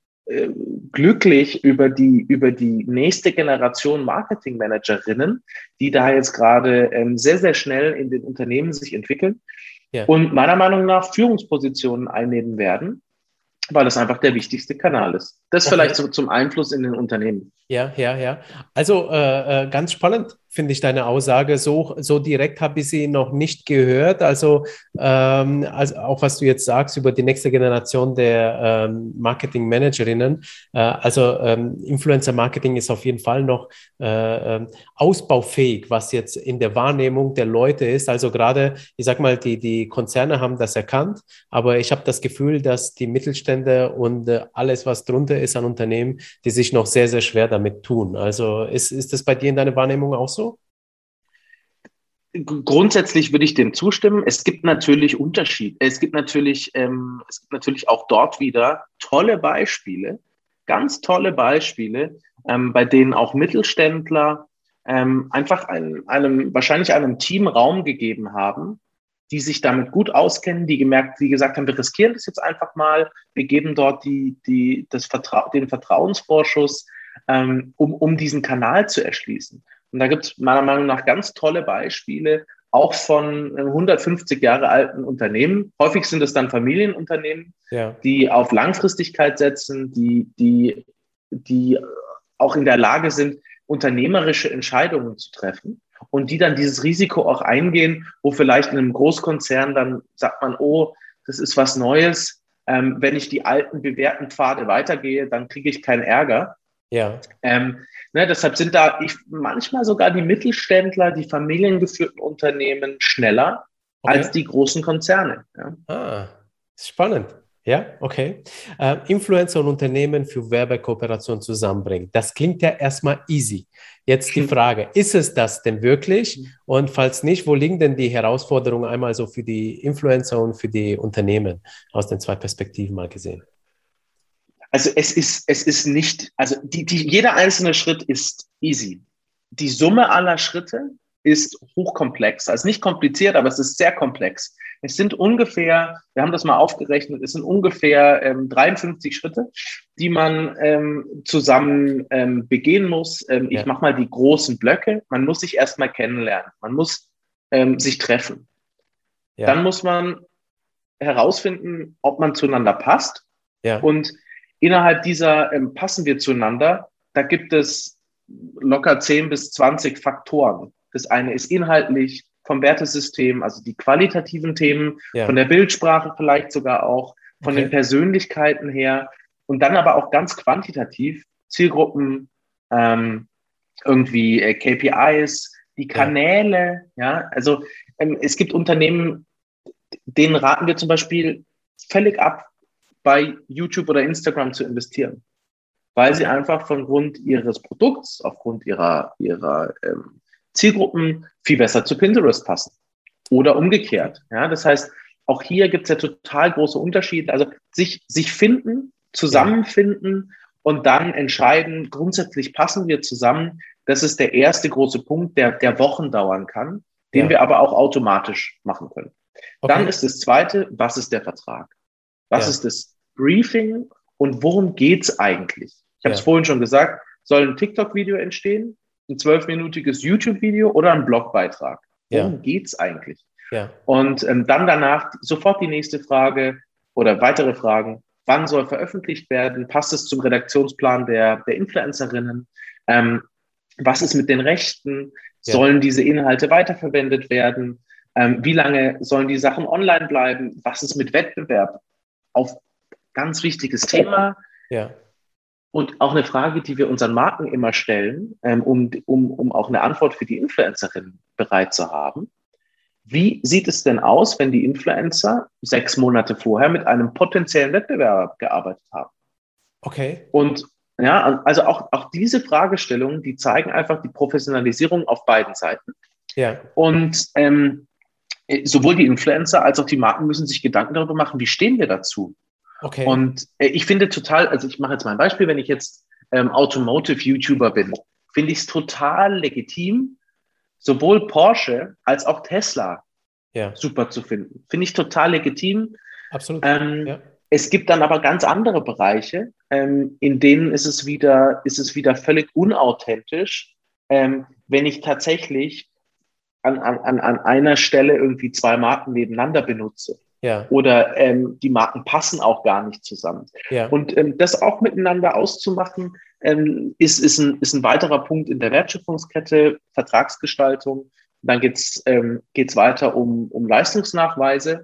glücklich über die nächste Generation Marketingmanagerinnen, die da jetzt gerade sehr, sehr schnell in den Unternehmen sich entwickeln und meiner Meinung nach Führungspositionen einnehmen werden, weil das einfach der wichtigste Kanal ist. Das vielleicht so zum Einfluss in den Unternehmen. Ja. Also ganz spannend finde ich deine Aussage. So direkt habe ich sie noch nicht gehört. Also auch was du jetzt sagst über die nächste Generation der Marketing-Managerinnen. Influencer-Marketing ist auf jeden Fall noch ausbaufähig, was jetzt in der Wahrnehmung der Leute ist. Also gerade, ich sag mal, die Konzerne haben das erkannt, aber ich habe das Gefühl, dass die Mittelstände und alles, was drunter ist an Unternehmen, die sich noch sehr, sehr schwer damit tun. Also ist das bei dir in deiner Wahrnehmung auch so? Grundsätzlich würde ich dem zustimmen. Es gibt natürlich Unterschiede. Es gibt natürlich auch dort wieder tolle Beispiele, ganz tolle Beispiele, bei denen auch Mittelständler einfach wahrscheinlich einem Team Raum gegeben haben, die sich damit gut auskennen, die gesagt haben, wir riskieren das jetzt einfach mal, wir geben dort den Vertrauensvorschuss, um diesen Kanal zu erschließen. Und da gibt es meiner Meinung nach ganz tolle Beispiele, auch von 150 Jahre alten Unternehmen. Häufig sind es dann Familienunternehmen, die auf Langfristigkeit setzen, die auch in der Lage sind, unternehmerische Entscheidungen zu treffen und die dann dieses Risiko auch eingehen, wo vielleicht in einem Großkonzern dann sagt man, oh, das ist was Neues. Wenn ich die alten bewährten Pfade weitergehe, dann kriege ich keinen Ärger. Ja. Deshalb sind da manchmal sogar die Mittelständler, die familiengeführten Unternehmen schneller als die großen Konzerne. Ja. Spannend. Ja, okay. Influencer und Unternehmen für Werbekooperation zusammenbringen. Das klingt ja erstmal easy. Jetzt die Frage, ist es das denn wirklich? Und falls nicht, wo liegen denn die Herausforderungen einmal so für die Influencer und für die Unternehmen aus den 2 Perspektiven mal gesehen? Also es ist nicht, also jeder einzelne Schritt ist easy. Die Summe aller Schritte ist hochkomplex. Also nicht kompliziert, aber es ist sehr komplex. Es sind ungefähr, wir haben das mal aufgerechnet, es sind ungefähr 53 Schritte, die man zusammen begehen muss. Ich mache mal die großen Blöcke. Man muss sich erstmal kennenlernen. Man muss sich treffen. Ja. Dann muss man herausfinden, ob man zueinander passt. Ja. Und innerhalb dieser passen wir zueinander. Da gibt es locker 10 bis 20 Faktoren. Das eine ist inhaltlich vom Wertesystem, also die qualitativen Themen, von der Bildsprache vielleicht sogar auch, von den Persönlichkeiten her und dann aber auch ganz quantitativ Zielgruppen, irgendwie KPIs, die Kanäle, also es gibt Unternehmen, denen raten wir zum Beispiel völlig ab, bei YouTube oder Instagram zu investieren, weil sie einfach von Grund ihres Produkts, aufgrund ihrer Zielgruppen viel besser zu Pinterest passen oder umgekehrt. Ja, das heißt, auch hier gibt es ja total große Unterschiede. Also sich finden, zusammenfinden und dann entscheiden, grundsätzlich passen wir zusammen. Das ist der erste große Punkt, der Wochen dauern kann, den wir aber auch automatisch machen können. Dann ist das zweite, was ist der Vertrag? Was ist das Briefing und worum geht's eigentlich? Ich habe es vorhin schon gesagt, soll ein TikTok-Video entstehen, ein 12-minütiges YouTube-Video oder ein Blogbeitrag? Worum geht's eigentlich? Ja. Und dann danach sofort die nächste Frage oder weitere Fragen. Wann soll veröffentlicht werden? Passt es zum Redaktionsplan der Influencerinnen? Was ist mit den Rechten? Sollen diese Inhalte weiterverwendet werden? Wie lange sollen die Sachen online bleiben? Was ist mit Wettbewerb? Auf ganz wichtiges Thema. Ja. Und auch eine Frage, die wir unseren Marken immer stellen, um auch eine Antwort für die Influencerinnen bereit zu haben. Wie sieht es denn aus, wenn die Influencer 6 Monate vorher mit einem potenziellen Wettbewerber gearbeitet haben? Okay. Und also auch diese Fragestellungen, die zeigen einfach die Professionalisierung auf beiden Seiten. Ja. Und sowohl die Influencer als auch die Marken müssen sich Gedanken darüber machen, wie stehen wir dazu? Okay. Und ich finde total, also ich mache jetzt mal ein Beispiel, wenn ich jetzt Automotive-YouTuber bin, finde ich es total legitim, sowohl Porsche als auch Tesla super zu finden. Finde ich total legitim. Absolut. Es gibt dann aber ganz andere Bereiche, in denen ist es wieder völlig unauthentisch, wenn ich tatsächlich an einer Stelle irgendwie 2 Marken nebeneinander benutze. Ja. Oder die Marken passen auch gar nicht zusammen. Ja. Und das auch miteinander auszumachen, ist ein weiterer Punkt in der Wertschöpfungskette, Vertragsgestaltung. Und dann geht's weiter um Leistungsnachweise.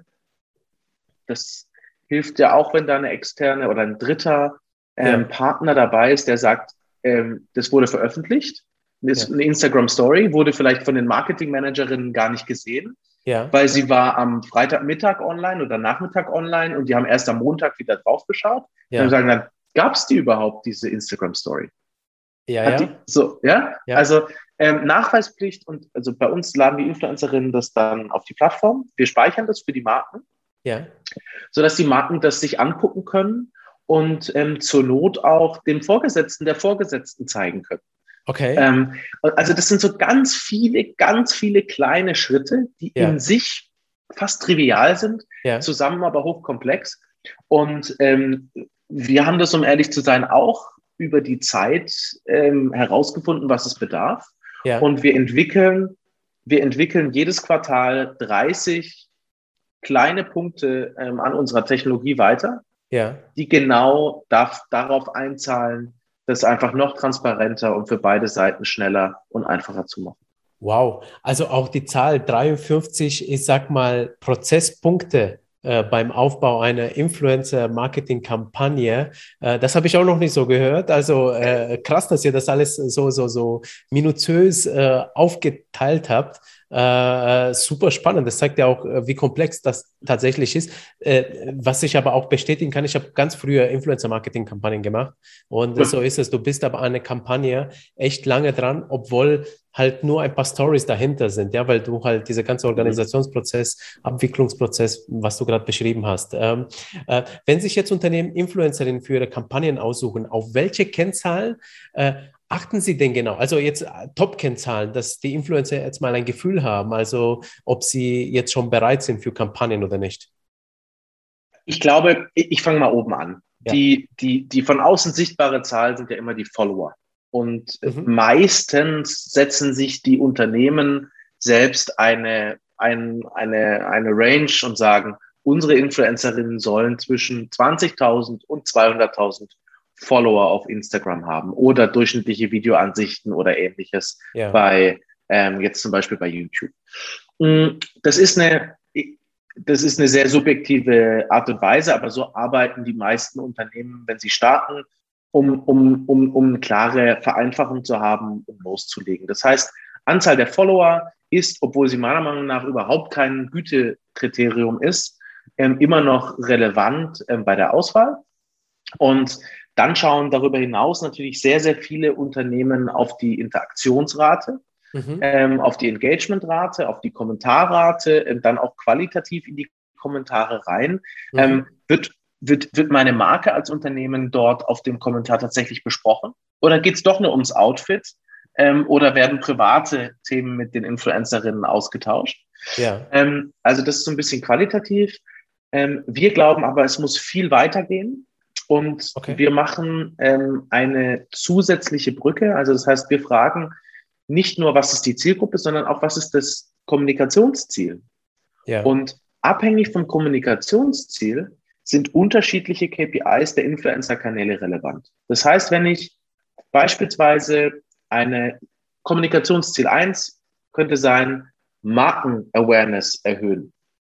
Das hilft ja auch, wenn da eine externe oder ein dritter Partner dabei ist, der sagt, das wurde veröffentlicht. Eine Instagram-Story wurde vielleicht von den Marketing-Managerinnen gar nicht gesehen. Ja. Weil sie war am Freitagmittag online oder Nachmittag online und die haben erst am Montag wieder drauf geschaut. Ja. Und sagen dann, gab es die überhaupt, diese Instagram-Story? Ja. Also Nachweispflicht und also bei uns laden die Influencerinnen das dann auf die Plattform. Wir speichern das für die Marken, sodass die Marken das sich angucken können und zur Not auch dem Vorgesetzten, der Vorgesetzten zeigen können. Okay. Also das sind so ganz viele kleine Schritte, die in sich fast trivial sind, zusammen aber hochkomplex. Und wir haben das, um ehrlich zu sein, auch über die Zeit herausgefunden, was es bedarf. Ja. Und wir entwickeln jedes Quartal 30 kleine Punkte an unserer Technologie weiter, die genau darauf einzahlen, das einfach noch transparenter und für beide Seiten schneller und einfacher zu machen. Wow, also auch die Zahl 53, ich sag mal, Prozesspunkte beim Aufbau einer Influencer-Marketing-Kampagne. Das habe ich auch noch nicht so gehört. Also krass, dass ihr das alles so minutiös aufgeteilt habt. Super spannend. Das zeigt ja auch, wie komplex das tatsächlich ist. Was ich aber auch bestätigen kann, ich habe ganz früher Influencer-Marketing-Kampagnen gemacht und so ist es. Du bist aber an einer Kampagne echt lange dran, obwohl halt nur ein paar Stories dahinter sind, weil du halt dieser ganze Organisationsprozess, Abwicklungsprozess, was du gerade beschrieben hast. Wenn sich jetzt Unternehmen Influencerinnen für ihre Kampagnen aussuchen, auf welche Kennzahlen achten Sie denn genau? Also jetzt Top-Kennzahlen, dass die Influencer jetzt mal ein Gefühl haben, also ob sie jetzt schon bereit sind für Kampagnen oder nicht. Ich glaube, ich fange mal oben an. Ja. Die von außen sichtbare Zahl sind ja immer die Follower. Und meistens setzen sich die Unternehmen selbst eine Range und sagen, unsere Influencerinnen sollen zwischen 20.000 und 200.000 Follower auf Instagram haben oder durchschnittliche Videoansichten oder ähnliches bei jetzt zum Beispiel bei YouTube. Das ist eine sehr subjektive Art und Weise, aber so arbeiten die meisten Unternehmen, wenn sie starten, um eine klare Vereinfachung zu haben, um loszulegen. Das heißt, Anzahl der Follower ist, obwohl sie meiner Meinung nach überhaupt kein Gütekriterium ist, immer noch relevant bei der Auswahl. Und dann schauen darüber hinaus natürlich sehr, sehr viele Unternehmen auf die Interaktionsrate, auf die Engagementrate, auf die Kommentarrate, dann auch qualitativ in die Kommentare rein. Wird meine Marke als Unternehmen dort auf dem Kommentar tatsächlich besprochen? Oder geht es doch nur ums Outfit? Oder werden private Themen mit den Influencerinnen ausgetauscht? Ja. Also das ist so ein bisschen qualitativ. Wir glauben aber, es muss viel weitergehen. Und wir machen eine zusätzliche Brücke. Also das heißt, wir fragen nicht nur, was ist die Zielgruppe, sondern auch, was ist das Kommunikationsziel? Ja. Und abhängig vom Kommunikationsziel sind unterschiedliche KPIs der Influencer-Kanäle relevant. Das heißt, wenn ich beispielsweise eine Kommunikationsziel 1 könnte sein, Marken-Awareness erhöhen,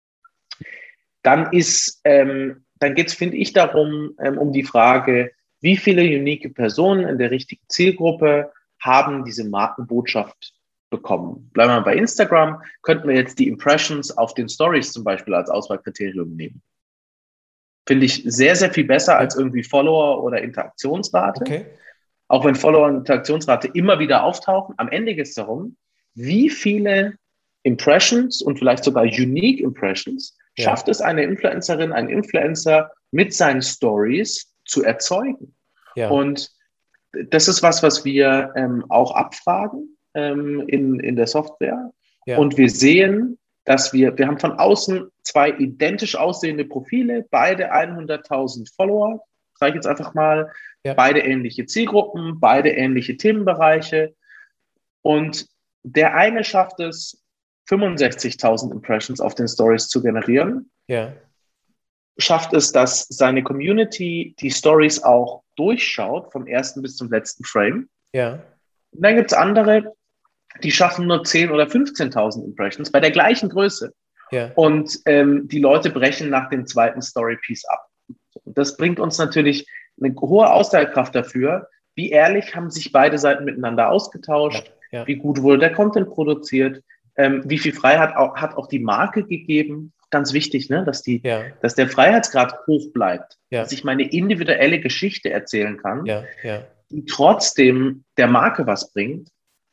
dann geht es, finde ich, darum, um die Frage, wie viele unique Personen in der richtigen Zielgruppe haben diese Markenbotschaft bekommen. Bleiben wir mal bei Instagram, könnten wir jetzt die Impressions auf den Stories zum Beispiel als Auswahlkriterium nehmen. Finde ich sehr, sehr viel besser als irgendwie Follower oder Interaktionsrate. Okay. Auch wenn Follower und Interaktionsrate immer wieder auftauchen, am Ende geht es darum, wie viele Impressions und vielleicht sogar Unique Impressions schafft es eine Influencerin, ein Influencer mit seinen Stories zu erzeugen. Ja. Und das ist was wir auch abfragen in der Software. Ja. Und wir sehen, dass wir haben von außen 2 identisch aussehende Profile, beide 100.000 Follower, sage ich jetzt einfach mal, beide ähnliche Zielgruppen, beide ähnliche Themenbereiche. Und der eine schafft es, 65.000 Impressions auf den Stories zu generieren. Ja. Schafft es, dass seine Community die Stories auch durchschaut, vom ersten bis zum letzten Frame. Ja. Und dann gibt es andere, die schaffen nur 10.000 oder 15.000 Impressions bei der gleichen Größe. Ja. Und die Leute brechen nach dem zweiten Story-Piece ab. Und das bringt uns natürlich eine hohe Aussagekraft dafür, wie ehrlich haben sich beide Seiten miteinander ausgetauscht, wie gut wurde der Content produziert, wie viel Freiheit hat auch die Marke gegeben. Ganz wichtig, ne? Dass der Freiheitsgrad hoch bleibt, dass ich meine individuelle Geschichte erzählen kann, die trotzdem der Marke was bringt.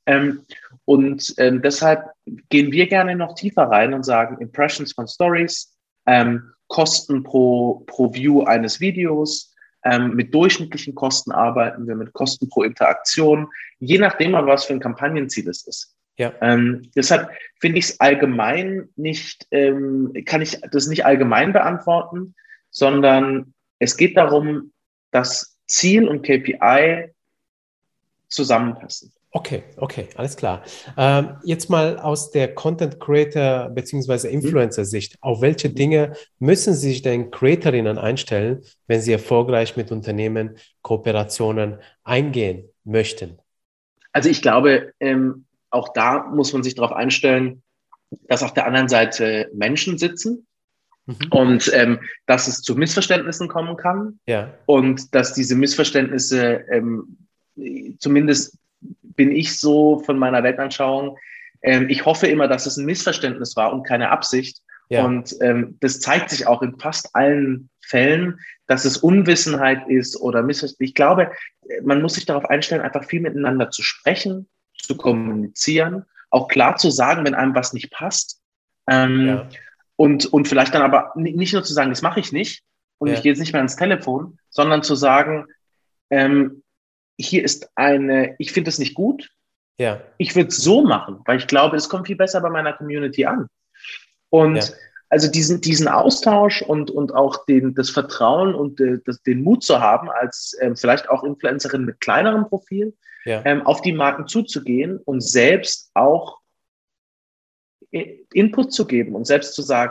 Deshalb gehen wir gerne noch tiefer rein und sagen, Impressions von Stories, Kosten pro View eines Videos, mit durchschnittlichen Kosten arbeiten wir, mit Kosten pro Interaktion, je nachdem, was für ein Kampagnenziel es ist. Ja. Deshalb finde ich es allgemein nicht, kann ich das nicht allgemein beantworten, sondern es geht darum, dass Ziel und KPI zusammenpassen. Okay, alles klar. Jetzt mal aus der Content Creator bzw. Influencer-Sicht. Auf welche Dinge müssen sich denn Creatorinnen einstellen, wenn sie erfolgreich mit Unternehmen Kooperationen eingehen möchten? Also ich glaube, auch da muss man sich darauf einstellen, dass auf der anderen Seite Menschen sitzen und dass es zu Missverständnissen kommen kann und dass diese Missverständnisse zumindest bin ich so von meiner Weltanschauung, ich hoffe immer, dass es ein Missverständnis war und keine Absicht. Ja. Und das zeigt sich auch in fast allen Fällen, dass es Unwissenheit ist oder Missverständnis. Ich glaube, man muss sich darauf einstellen, einfach viel miteinander zu sprechen, zu kommunizieren, auch klar zu sagen, wenn einem was nicht passt. Und vielleicht dann aber nicht nur zu sagen, das mache ich nicht und ich gehe jetzt nicht mehr ans Telefon, sondern zu sagen, hier ist ich finde es nicht gut. Ja. Ich würde es so machen, weil ich glaube, es kommt viel besser bei meiner Community an. Und also diesen Austausch und auch das Vertrauen und den Mut zu haben, als vielleicht auch Influencerin mit kleinerem Profil, auf die Marken zuzugehen und selbst auch Input zu geben und selbst zu sagen,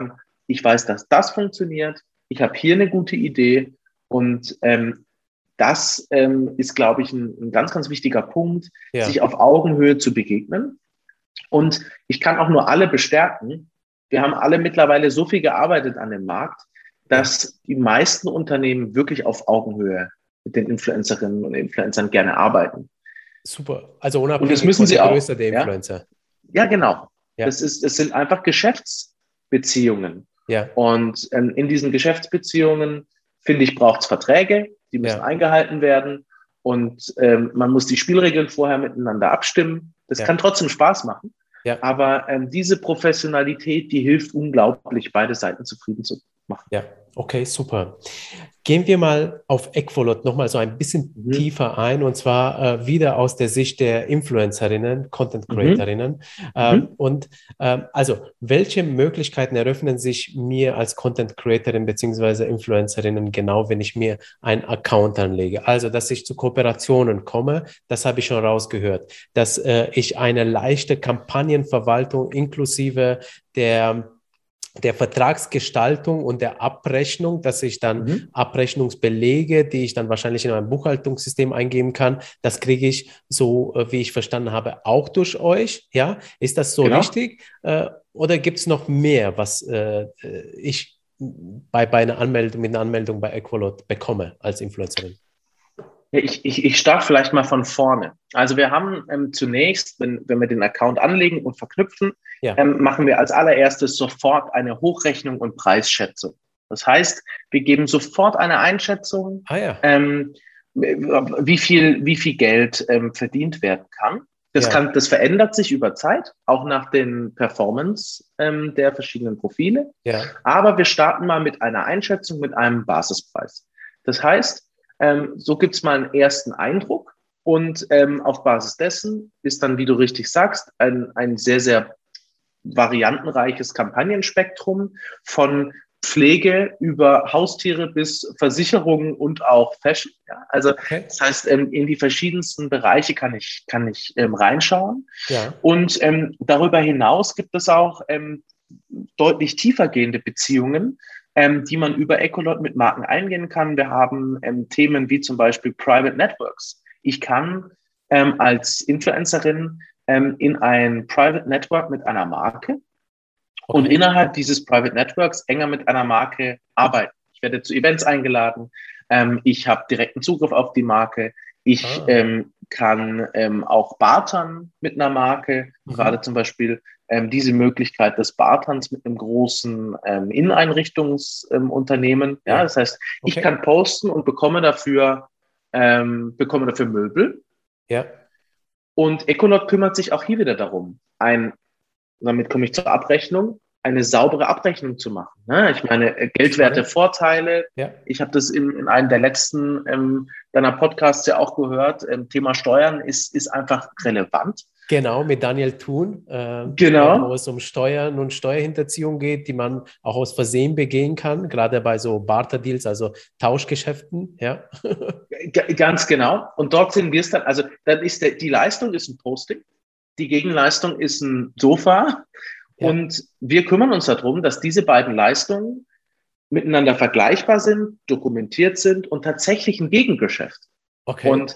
ich weiß, dass das funktioniert, ich habe hier eine gute Idee und das ist, glaube ich, ein ganz, ganz wichtiger Punkt, sich auf Augenhöhe zu begegnen. Und ich kann auch nur alle bestärken, wir haben alle mittlerweile so viel gearbeitet an dem Markt, dass die meisten Unternehmen wirklich auf Augenhöhe mit den Influencerinnen und Influencern gerne arbeiten. Super. Also unabhängig und das müssen von der sie Größe auch, der Influencer. Ja, genau. Ja. Es sind einfach Geschäftsbeziehungen. Ja. Und in diesen Geschäftsbeziehungen, finde ich, braucht es Verträge, die müssen eingehalten werden. Und man muss die Spielregeln vorher miteinander abstimmen. Das kann trotzdem Spaß machen. Ja. Aber diese Professionalität, die hilft unglaublich, beide Seiten zufrieden zu machen. Ja, okay, super. Gehen wir mal auf Equolot nochmal so ein bisschen tiefer ein, und zwar wieder aus der Sicht der Influencerinnen, Content Creatorinnen. Also, welche Möglichkeiten eröffnen sich mir als Content Creatorin bzw. Influencerinnen genau, wenn ich mir einen Account anlege? Also, dass ich zu Kooperationen komme, das habe ich schon rausgehört. Dass ich eine leichte Kampagnenverwaltung inklusive der Vertragsgestaltung und der Abrechnung, dass ich dann Abrechnungsbelege, die ich dann wahrscheinlich in ein Buchhaltungssystem eingeben kann, das kriege ich, so wie ich verstanden habe, auch durch euch. Ja, ist das so richtig? Oder gibt es noch mehr, was ich bei einer Anmeldung, mit einer Anmeldung bei Equolot bekomme als Influencerin? Ich starte vielleicht mal von vorne. Also wir haben zunächst, wenn wir den Account anlegen und verknüpfen, machen wir als allererstes sofort eine Hochrechnung und Preisschätzung. Das heißt, wir geben sofort eine Einschätzung, wie viel Geld verdient werden kann. Das verändert sich über Zeit, auch nach den Performance der verschiedenen Profile. Ja. Aber wir starten mal mit einer Einschätzung, mit einem Basispreis. Das heißt, so gibt es mal einen ersten Eindruck und auf Basis dessen ist dann, wie du richtig sagst, ein sehr, sehr variantenreiches Kampagnenspektrum von Pflege über Haustiere bis Versicherungen und auch Fashion. Ja? Also das heißt, in die verschiedensten Bereiche kann ich reinschauen. Ja. Und darüber hinaus gibt es auch deutlich tiefergehende Beziehungen, die man über Equolot mit Marken eingehen kann. Wir haben Themen wie zum Beispiel Private Networks. Ich kann als Influencerin in ein Private Network mit einer Marke und innerhalb dieses Private Networks enger mit einer Marke arbeiten. Ich werde zu Events eingeladen. Ich habe direkten Zugriff auf die Marke. Ich kann auch bartern mit einer Marke, gerade zum Beispiel diese Möglichkeit des Barterns mit einem großen Inneneinrichtungsunternehmen. Ja, das heißt, ich kann posten und bekomme dafür Möbel. Ja. Und Equolot kümmert sich auch hier wieder darum, damit komme ich zur Abrechnung, eine saubere Abrechnung zu machen. Ne? Ich meine, geldwerte Vorteile. Ja. Ich habe das in einem der letzten deiner Podcasts ja auch gehört. Thema Steuern ist einfach relevant. Genau, mit Daniel Thun, wo es um Steuern und Steuerhinterziehung geht, die man auch aus Versehen begehen kann, gerade bei so Barter-Deals, also Tauschgeschäften. Ja. Ganz genau. Und dort sehen wir es dann, also dann ist die Leistung ist ein Posting, die Gegenleistung ist ein Sofa. Ja. Und wir kümmern uns darum, dass diese beiden Leistungen miteinander vergleichbar sind, dokumentiert sind und tatsächlich ein Gegengeschäft. Okay. Und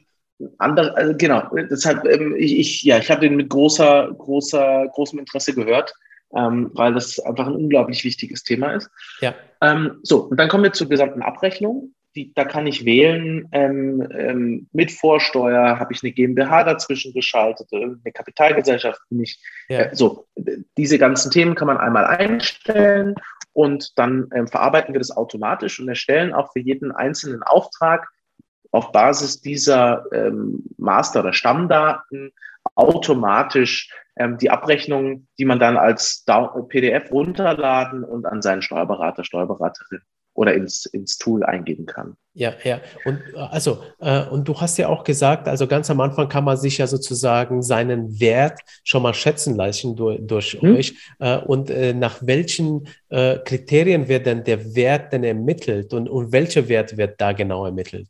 genau, deshalb, ich habe den mit großem Interesse gehört, weil das einfach ein unglaublich wichtiges Thema ist. Ja. Und dann kommen wir zur gesamten Abrechnung. Da kann ich wählen, mit Vorsteuer, habe ich eine GmbH dazwischen geschaltet, eine Kapitalgesellschaft nicht. Ja. Diese ganzen Themen kann man einmal einstellen und dann verarbeiten wir das automatisch und erstellen auch für jeden einzelnen Auftrag auf Basis dieser Master- oder Stammdaten automatisch die Abrechnung, die man dann als PDF runterladen und an seinen Steuerberater, Steuerberaterin oder ins Tool eingeben kann. Ja, ja. Und und du hast ja auch gesagt, also ganz am Anfang kann man sich ja sozusagen seinen Wert schon mal schätzen lassen durch euch. Und nach welchen Kriterien wird denn der Wert denn ermittelt und welcher Wert wird da genau ermittelt?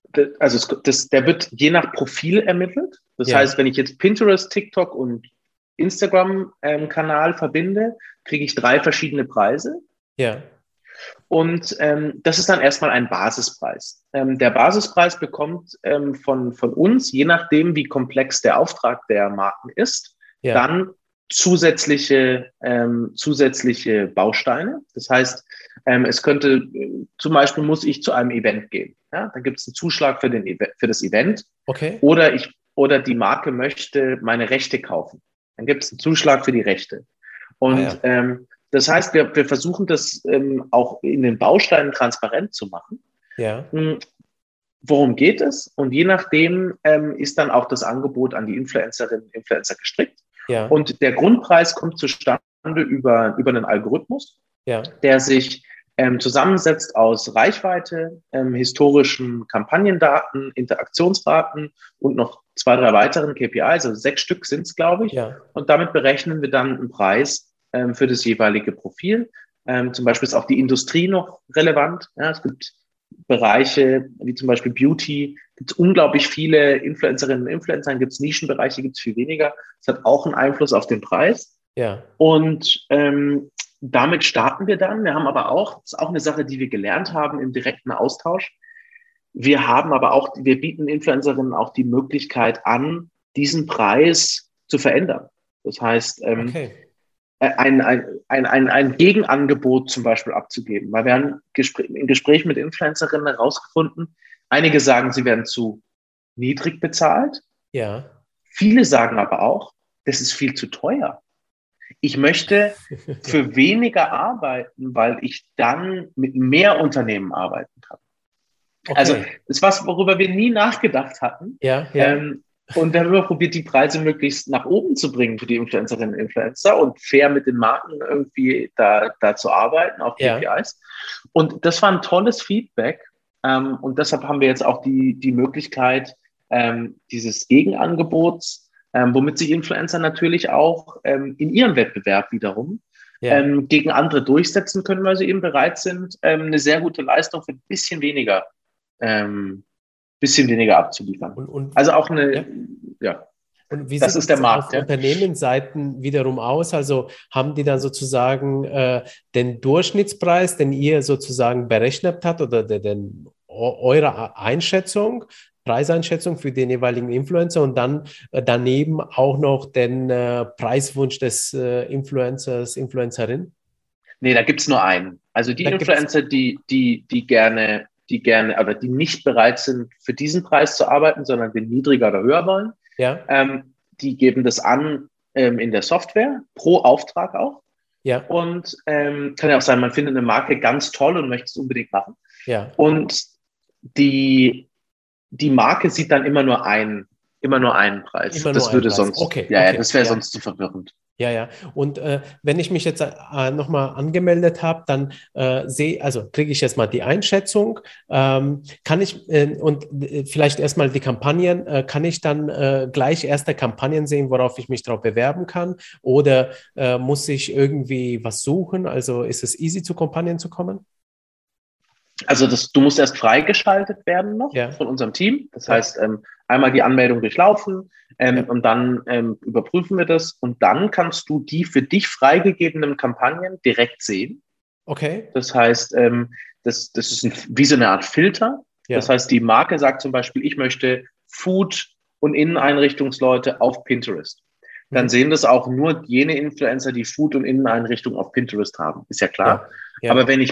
Der wird je nach Profil ermittelt. Das heißt, wenn ich jetzt Pinterest, TikTok und Instagram-Kanal verbinde, kriege ich 3 verschiedene Preise. Ja. Und das ist dann erstmal ein Basispreis. Der Basispreis bekommt von uns, je nachdem, wie komplex der Auftrag der Marken ist, dann zusätzliche Bausteine. Das heißt, es könnte, zum Beispiel muss ich zu einem Event gehen. Ja? Dann gibt es einen Zuschlag für das Event. Okay. Oder die Marke möchte meine Rechte kaufen. Dann gibt es einen Zuschlag für die Rechte. Und das heißt, wir versuchen das auch in den Bausteinen transparent zu machen. Ja. Worum geht es? Und je nachdem ist dann auch das Angebot an die Influencerinnen und Influencer gestrickt. Ja. Und der Grundpreis kommt zustande über einen Algorithmus, der sich zusammensetzt aus Reichweite, historischen Kampagnendaten, Interaktionsraten und noch 2, 3 weiteren KPIs, also 6 Stück sind es, glaube ich. Ja. Und damit berechnen wir dann einen Preis für das jeweilige Profil. Zum Beispiel ist auch die Industrie noch relevant. Ja, es gibt Bereiche wie zum Beispiel Beauty, gibt es unglaublich viele Influencerinnen und Influencer, gibt es Nischenbereiche, gibt es viel weniger. Das hat auch einen Einfluss auf den Preis. Ja. Und damit starten wir dann. Wir haben aber auch, das ist auch eine Sache, die wir gelernt haben im direkten Austausch. Wir bieten Influencerinnen auch die Möglichkeit an, diesen Preis zu verändern. Das heißt, ein Gegenangebot zum Beispiel abzugeben. Weil wir haben in Gesprächen mit Influencerinnen herausgefunden, einige sagen, sie werden zu niedrig bezahlt. Ja. Viele sagen aber auch, das ist viel zu teuer. Ich möchte für weniger arbeiten, weil ich dann mit mehr Unternehmen arbeiten kann. Okay. Also das ist was, worüber wir nie nachgedacht hatten. Ja. Und wir haben immer probiert, die Preise möglichst nach oben zu bringen für die Influencerinnen und Influencer und fair mit den Marken irgendwie da zu arbeiten, auf KPIs. Ja. Und das war ein tolles Feedback. Und deshalb haben wir jetzt auch die Möglichkeit dieses Gegenangebots, womit sich Influencer natürlich auch in ihrem Wettbewerb wiederum gegen andere durchsetzen können, weil sie eben bereit sind, eine sehr gute Leistung für ein bisschen weniger abzuliefern. Und also auch eine, Und wie das sieht ist der es Markt, auf Unternehmensseiten wiederum aus? Also haben die dann sozusagen den Durchschnittspreis, den ihr sozusagen berechnet habt oder eure Preiseinschätzung für den jeweiligen Influencer und dann daneben auch noch den Preiswunsch des Influencers, Influencerin? Nee, da gibt es nur einen. Also die Influencer, die gerne oder die nicht bereit sind, für diesen Preis zu arbeiten, sondern den niedriger oder höher wollen, die geben das an in der Software, pro Auftrag auch. Ja. Und kann ja auch sein, man findet eine Marke ganz toll und möchte es unbedingt machen. Ja. Und die Marke sieht dann immer nur einen Preis. Das würde sonst, das wäre sonst zu verwirrend. Ja. Und wenn ich mich jetzt nochmal angemeldet habe, dann kriege ich jetzt mal die Einschätzung. Kann ich, und vielleicht erstmal die Kampagnen, kann ich dann gleich erste Kampagnen sehen, worauf ich mich drauf bewerben kann? Oder muss ich irgendwie was suchen? Also ist es easy, zu Kampagnen zu kommen? Also du musst erst freigeschaltet werden noch von unserem Team. Das heißt, einmal die Anmeldung durchlaufen und dann überprüfen wir das. Und dann kannst du die für dich freigegebenen Kampagnen direkt sehen. Okay. Das heißt, das ist wie so eine Art Filter. Ja. Das heißt, die Marke sagt zum Beispiel, ich möchte Food- und Inneneinrichtungsleute auf Pinterest. Dann sehen das auch nur jene Influencer, die Food- und Inneneinrichtungen auf Pinterest haben. Ist ja klar. Ja. Aber wenn ich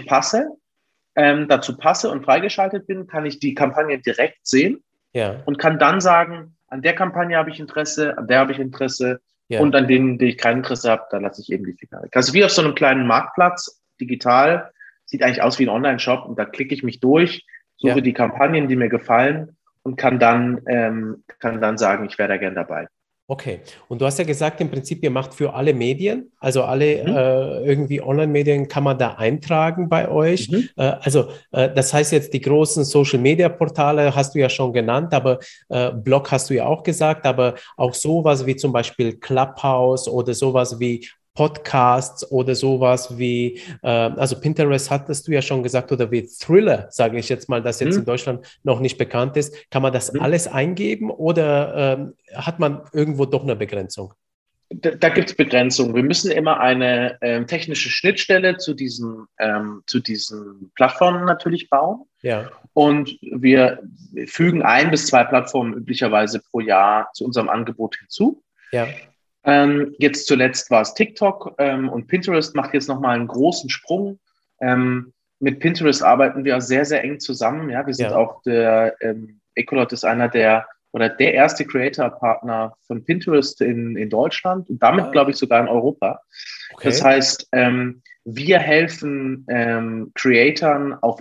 dazu passe und freigeschaltet bin, kann ich die Kampagne direkt sehen und kann dann sagen, an der Kampagne habe ich Interesse, an der habe ich Interesse und an denen, die ich kein Interesse habe, da lasse ich eben die Finger weg. Also wie auf so einem kleinen Marktplatz, digital, sieht eigentlich aus wie ein Online-Shop und da klicke ich mich durch, suche die Kampagnen, die mir gefallen und kann dann sagen, ich wäre da gern dabei. Okay. Und du hast ja gesagt, im Prinzip, ihr macht für alle Medien, also alle irgendwie Online-Medien kann man da eintragen bei euch. Das heißt jetzt, die großen Social-Media-Portale hast du ja schon genannt, aber Blog hast du ja auch gesagt, aber auch sowas wie zum Beispiel Clubhouse oder sowas wie Podcasts oder sowas wie, also Pinterest hattest du ja schon gesagt, oder wie Thriller, sage ich jetzt mal, das jetzt in Deutschland noch nicht bekannt ist. Kann man das alles eingeben oder hat man irgendwo doch eine Begrenzung? Da gibt es Begrenzungen. Wir müssen immer eine technische Schnittstelle zu diesen Plattformen natürlich bauen. Ja, Und wir fügen 1 bis 2 Plattformen üblicherweise pro Jahr zu unserem Angebot hinzu. ja. Jetzt zuletzt war es TikTok und Pinterest macht jetzt nochmal einen großen Sprung. Mit Pinterest arbeiten wir sehr, sehr eng zusammen. Ja, wir sind auch Ecolot ist einer der erste Creator-Partner von Pinterest in Deutschland und damit, glaube ich, sogar in Europa. Okay. Das heißt, wir helfen Creatoren auf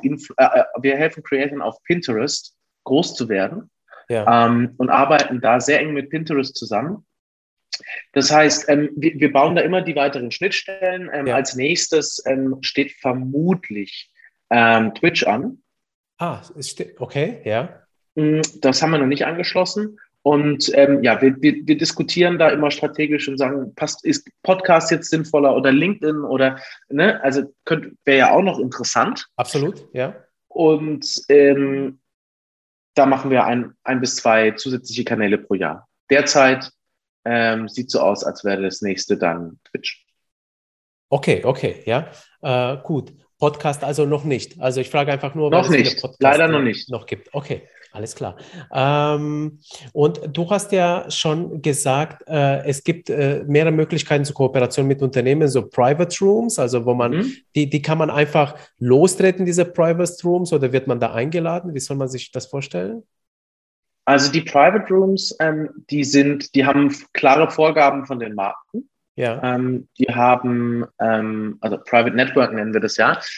Pinterest groß zu werden und arbeiten da sehr eng mit Pinterest zusammen. Das heißt, wir bauen da immer die weiteren Schnittstellen. Als nächstes steht vermutlich Twitch an. Okay, ja. Das haben wir noch nicht angeschlossen. Und wir diskutieren da immer strategisch und sagen, ist Podcast jetzt sinnvoller oder LinkedIn oder, ne? Also wäre ja auch noch interessant. Absolut, ja. Und da machen wir 1 bis 2 zusätzliche Kanäle pro Jahr. Derzeit sieht so aus, als wäre das nächste dann Twitch. Okay, ja. Gut. Podcast also noch nicht. Also ich frage einfach nur, weil es viele Podcasts leider noch nicht gibt. Okay, alles klar. Und du hast ja schon gesagt, es gibt mehrere Möglichkeiten zur Kooperation mit Unternehmen, so Private Rooms, also wo man, die kann man einfach lostreten, diese Private Rooms, oder wird man da eingeladen? Wie soll man sich das vorstellen? Also die Private Rooms, die haben klare Vorgaben von den Marken. Ja. Die haben, also Private Network nennen wir das ja,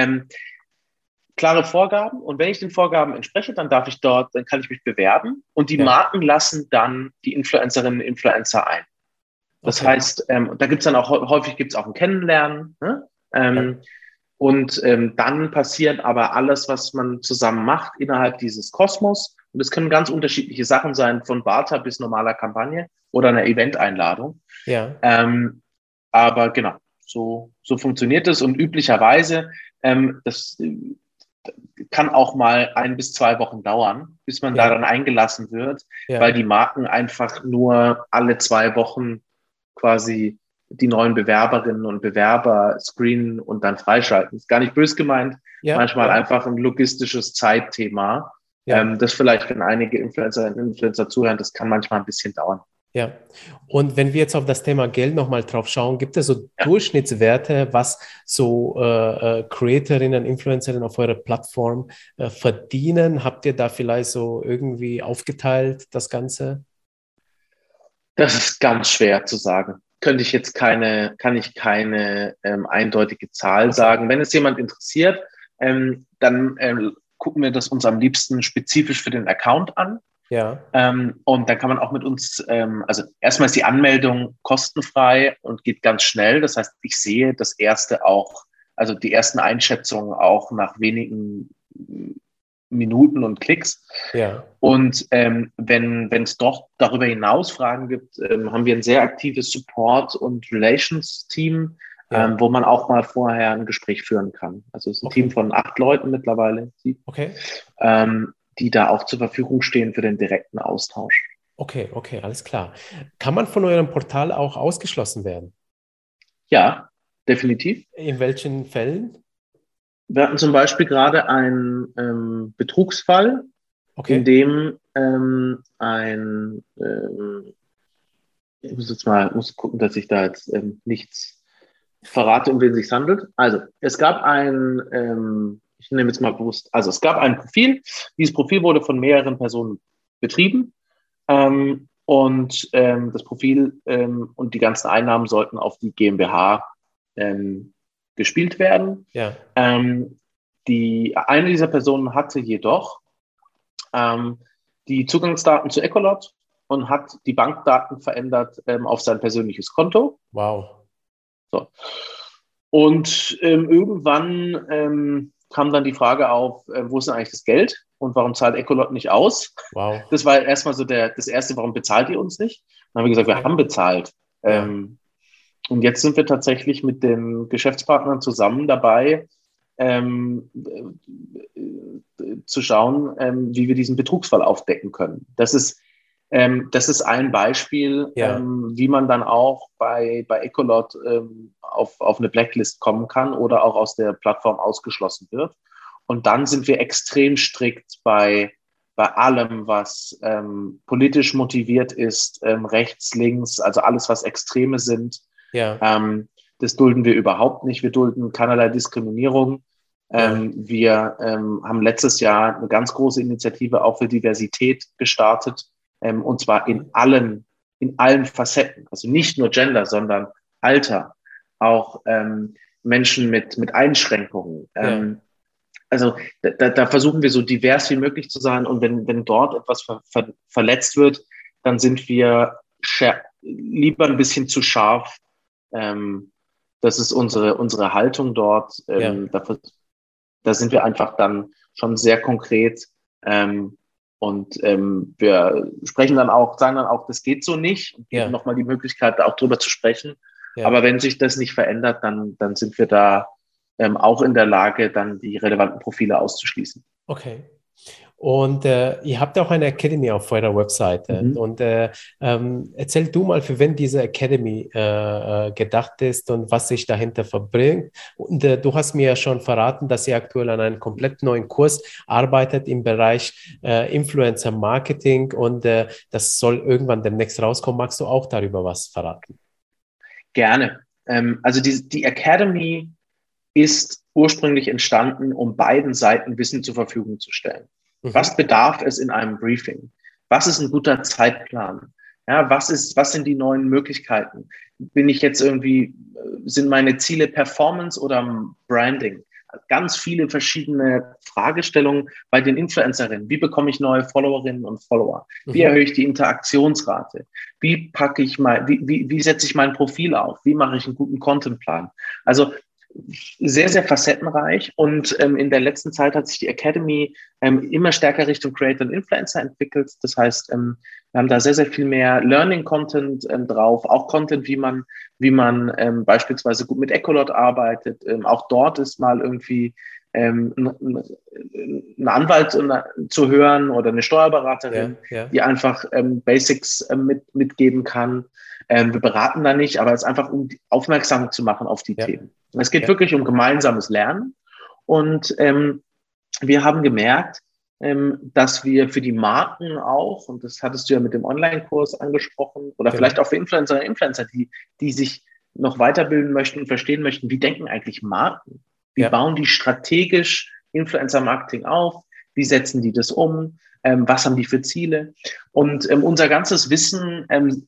klare Vorgaben. Und wenn ich den Vorgaben entspreche, dann kann ich mich bewerben und die Marken lassen dann die Influencerinnen und Influencer ein. Das heißt, da gibt es dann auch, häufig gibt es auch ein Kennenlernen, ne? Und dann passiert aber alles, was man zusammen macht innerhalb dieses Kosmos. Und es können ganz unterschiedliche Sachen sein, von Barter bis normaler Kampagne oder einer Eventeinladung. Ja. Aber genau, so funktioniert es. Und üblicherweise, das kann auch mal 1 bis 2 Wochen dauern, bis man da dann eingelassen wird, weil die Marken einfach nur alle 2 Wochen quasi die neuen Bewerberinnen und Bewerber screenen und dann freischalten. Ist gar nicht böse gemeint, manchmal einfach ein logistisches Zeitthema. Das vielleicht, wenn einige Influencerinnen und Influencer zuhören, das kann manchmal ein bisschen dauern. Ja, und wenn wir jetzt auf das Thema Geld nochmal drauf schauen, gibt es so Durchschnittswerte, was so Creatorinnen, Influencerinnen auf eurer Plattform verdienen? Habt ihr da vielleicht so irgendwie aufgeteilt, das Ganze? Das ist ganz schwer zu sagen. Kann ich keine eindeutige Zahl sagen. Wenn es jemand interessiert, dann gucken wir das uns am liebsten spezifisch für den Account an. Ja. Und dann kann man auch mit uns, also erstmal ist die Anmeldung kostenfrei und geht ganz schnell. Das heißt, ich sehe das erste auch, also die ersten Einschätzungen auch nach wenigen Minuten und Klicks. Ja. Und wenn es doch darüber hinaus Fragen gibt, haben wir ein sehr aktives Support- und Relations-Team, wo man auch mal vorher ein Gespräch führen kann. Also es ist ein Team von 8 Leuten mittlerweile, die da auch zur Verfügung stehen für den direkten Austausch. Okay, alles klar. Kann man von eurem Portal auch ausgeschlossen werden? Ja, definitiv. In welchen Fällen? Wir hatten zum Beispiel gerade einen Betrugsfall, in dem ich muss gucken, dass ich da jetzt nichts verrate, um wen es sich handelt. Also, es gab ich nehme jetzt mal bewusst, also es gab ein Profil. Dieses Profil wurde von mehreren Personen betrieben und das Profil und die ganzen Einnahmen sollten auf die GmbH gespielt werden. Ja. Eine dieser Personen hatte jedoch die Zugangsdaten zu Ecolot und hat die Bankdaten verändert auf sein persönliches Konto. Wow. So. Und irgendwann kam dann die Frage auf, wo ist denn eigentlich das Geld und warum zahlt Ecolot nicht aus? Wow. Das war erstmal so das Erste, warum bezahlt ihr uns nicht? Dann haben wir gesagt, wir haben bezahlt. Ja. Und jetzt sind wir tatsächlich mit den Geschäftspartnern zusammen dabei, zu schauen, wie wir diesen Betrugsfall aufdecken können. Das ist Das ist ein Beispiel, wie man dann auch bei Ecolot auf eine Blacklist kommen kann oder auch aus der Plattform ausgeschlossen wird. Und dann sind wir extrem strikt bei allem, was politisch motiviert ist, rechts, links, also alles, was Extreme sind. Das dulden wir überhaupt nicht. Wir dulden keinerlei Diskriminierung. Wir haben letztes Jahr eine ganz große Initiative auch für Diversität gestartet, und zwar in allen Facetten. Also nicht nur Gender, sondern Alter, auch Menschen mit Einschränkungen. Also da versuchen wir so divers wie möglich zu sein. Und wenn dort etwas verletzt wird, dann sind wir lieber ein bisschen zu scharf. Das ist unsere Haltung dort. Da sind wir einfach dann schon sehr konkret. Und wir sprechen dann auch, sagen dann auch, das geht so nicht. Und geben nochmal die Möglichkeit, da auch drüber zu sprechen. Aber wenn sich das nicht verändert, dann sind wir da auch in der Lage, dann die relevanten Profile auszuschließen. Okay. Und ihr habt auch eine Academy auf eurer Webseite. Und erzähl du mal, für wen diese Academy gedacht ist und was sich dahinter verbringt. Und du hast mir ja schon verraten, dass ihr aktuell an einem komplett neuen Kurs arbeitet im Bereich Influencer Marketing und das soll irgendwann demnächst rauskommen. Magst du auch darüber was verraten? Gerne. Also die Academy ist ursprünglich entstanden, um beiden Seiten Wissen zur Verfügung zu stellen. Was bedarf es in einem Briefing? Was ist ein guter Zeitplan? Ja, was sind die neuen Möglichkeiten? Bin ich jetzt sind meine Ziele Performance oder Branding? Ganz viele verschiedene Fragestellungen bei den Influencerinnen. Wie bekomme ich neue Followerinnen und Follower? Wie erhöhe ich die Interaktionsrate? Wie setze ich mein Profil auf? Wie mache ich einen guten Contentplan? Also sehr, sehr facettenreich und in der letzten Zeit hat sich die Academy immer stärker Richtung Creator und Influencer entwickelt. Das heißt, wir haben da sehr, sehr viel mehr Learning-Content drauf, auch Content, wie man beispielsweise gut mit Ecolot arbeitet. Auch dort ist mal irgendwie ein Anwalt zu hören oder eine Steuerberaterin, die einfach Basics mitgeben kann. Wir beraten da nicht, aber es ist einfach, um aufmerksam zu machen auf die Themen. Es geht wirklich um gemeinsames Lernen. Und wir haben gemerkt, dass wir für die Marken auch, und das hattest du ja mit dem Online-Kurs angesprochen, oder vielleicht auch für Influencerinnen und Influencer, die sich noch weiterbilden möchten und verstehen möchten, wie denken eigentlich Marken? Wie bauen die strategisch Influencer-Marketing auf? Wie setzen die das um? Was haben die für Ziele? Und unser ganzes Wissen,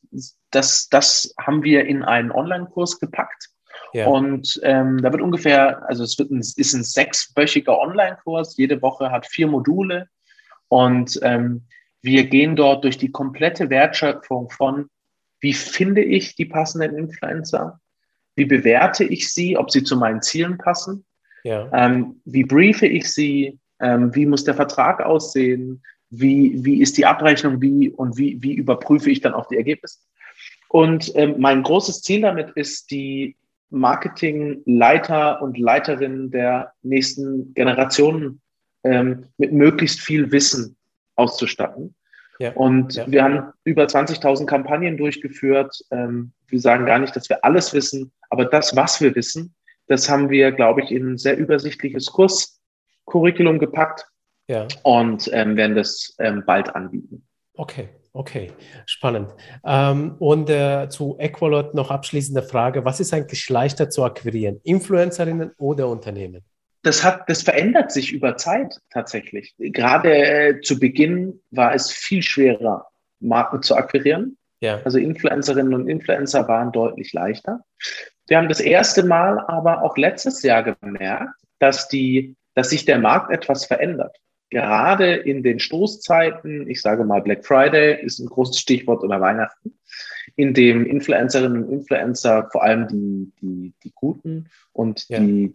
das haben wir in einen Online-Kurs gepackt. Und da wird ungefähr, also ist ein 6-wöchiger Online-Kurs. Jede Woche hat 4 Module. Und wir gehen dort durch die komplette Wertschöpfung von, wie finde ich die passenden Influencer? Wie bewerte ich sie, ob sie zu meinen Zielen passen? Wie briefe ich sie? Wie muss der Vertrag aussehen? Wie ist die Abrechnung? Wie überprüfe ich dann auch die Ergebnisse? Und mein großes Ziel damit ist, die Marketingleiter und Leiterinnen der nächsten Generationen mit möglichst viel Wissen auszustatten. Wir haben über 20.000 Kampagnen durchgeführt. Wir sagen gar nicht, dass wir alles wissen, aber das, was wir wissen, das haben wir, glaube ich, in ein sehr übersichtliches Kurscurriculum gepackt und werden das bald anbieten. Okay, spannend. Und zu Ecolot noch abschließende Frage. Was ist eigentlich leichter zu akquirieren? Influencerinnen oder Unternehmen? Das verändert sich über Zeit tatsächlich. Gerade zu Beginn war es viel schwerer, Marken zu akquirieren. Also Influencerinnen und Influencer waren deutlich leichter. Wir haben das erste Mal aber auch letztes Jahr gemerkt, dass sich der Markt etwas verändert. Gerade in den Stoßzeiten, ich sage mal Black Friday ist ein großes Stichwort oder Weihnachten, in dem Influencerinnen und Influencer, vor allem die Guten und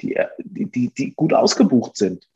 die gut ausgebucht sind.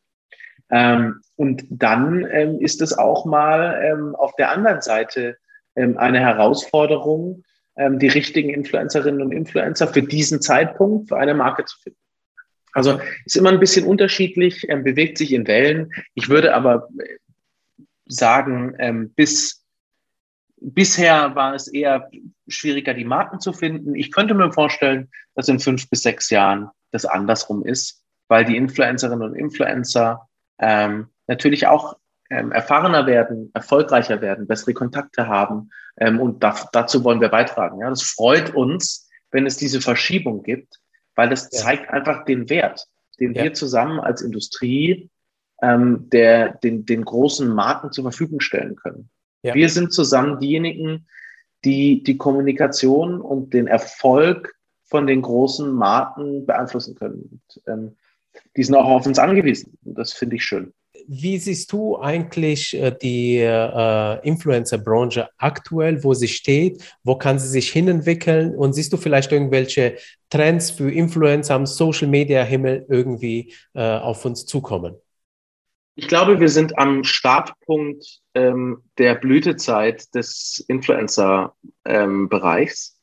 Und dann ist es auch mal auf der anderen Seite eine Herausforderung, die richtigen Influencerinnen und Influencer für diesen Zeitpunkt für eine Marke zu finden. Also ist immer ein bisschen unterschiedlich, bewegt sich in Wellen. Ich würde aber sagen, bis bisher war es eher schwieriger, die Marken zu finden. Ich könnte mir vorstellen, dass in 5 bis 6 Jahren das andersrum ist, weil die Influencerinnen und Influencer natürlich auch erfahrener werden, erfolgreicher werden, bessere Kontakte haben. Und dazu wollen wir beitragen. Ja, das freut uns, wenn es diese Verschiebung gibt, weil das zeigt einfach den Wert, den wir zusammen als Industrie den großen Marken zur Verfügung stellen können. Ja. Wir sind zusammen diejenigen, die die Kommunikation und den Erfolg von den großen Marken beeinflussen können. Und, die sind auch auf uns angewiesen. Und das finde ich schön. Wie siehst du eigentlich die Influencer-Branche aktuell, wo sie steht? Wo kann sie sich hinentwickeln? Und siehst du vielleicht irgendwelche Trends für Influencer am Social-Media-Himmel irgendwie auf uns zukommen? Ich glaube, wir sind am Startpunkt der Blütezeit des Influencer-Bereichs.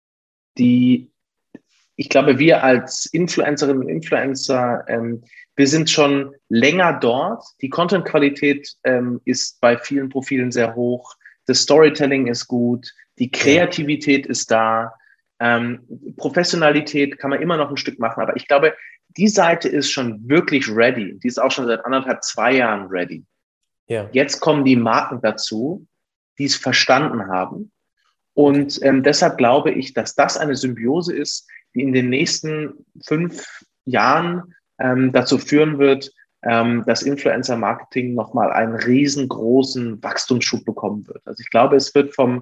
Ich glaube, wir als Influencerinnen und Influencer, wir sind schon länger dort. Die Content-Qualität ist bei vielen Profilen sehr hoch. Das Storytelling ist gut. Die Kreativität ist da. Professionalität kann man immer noch ein Stück machen. Aber ich glaube, die Seite ist schon wirklich ready. Die ist auch schon seit 1,5, 2 Jahren ready. Ja. Jetzt kommen die Marken dazu, die es verstanden haben. Und deshalb glaube ich, dass das eine Symbiose ist, die in den nächsten 5 Jahren dazu führen wird, dass Influencer-Marketing nochmal einen riesengroßen Wachstumsschub bekommen wird. Also ich glaube, es wird vom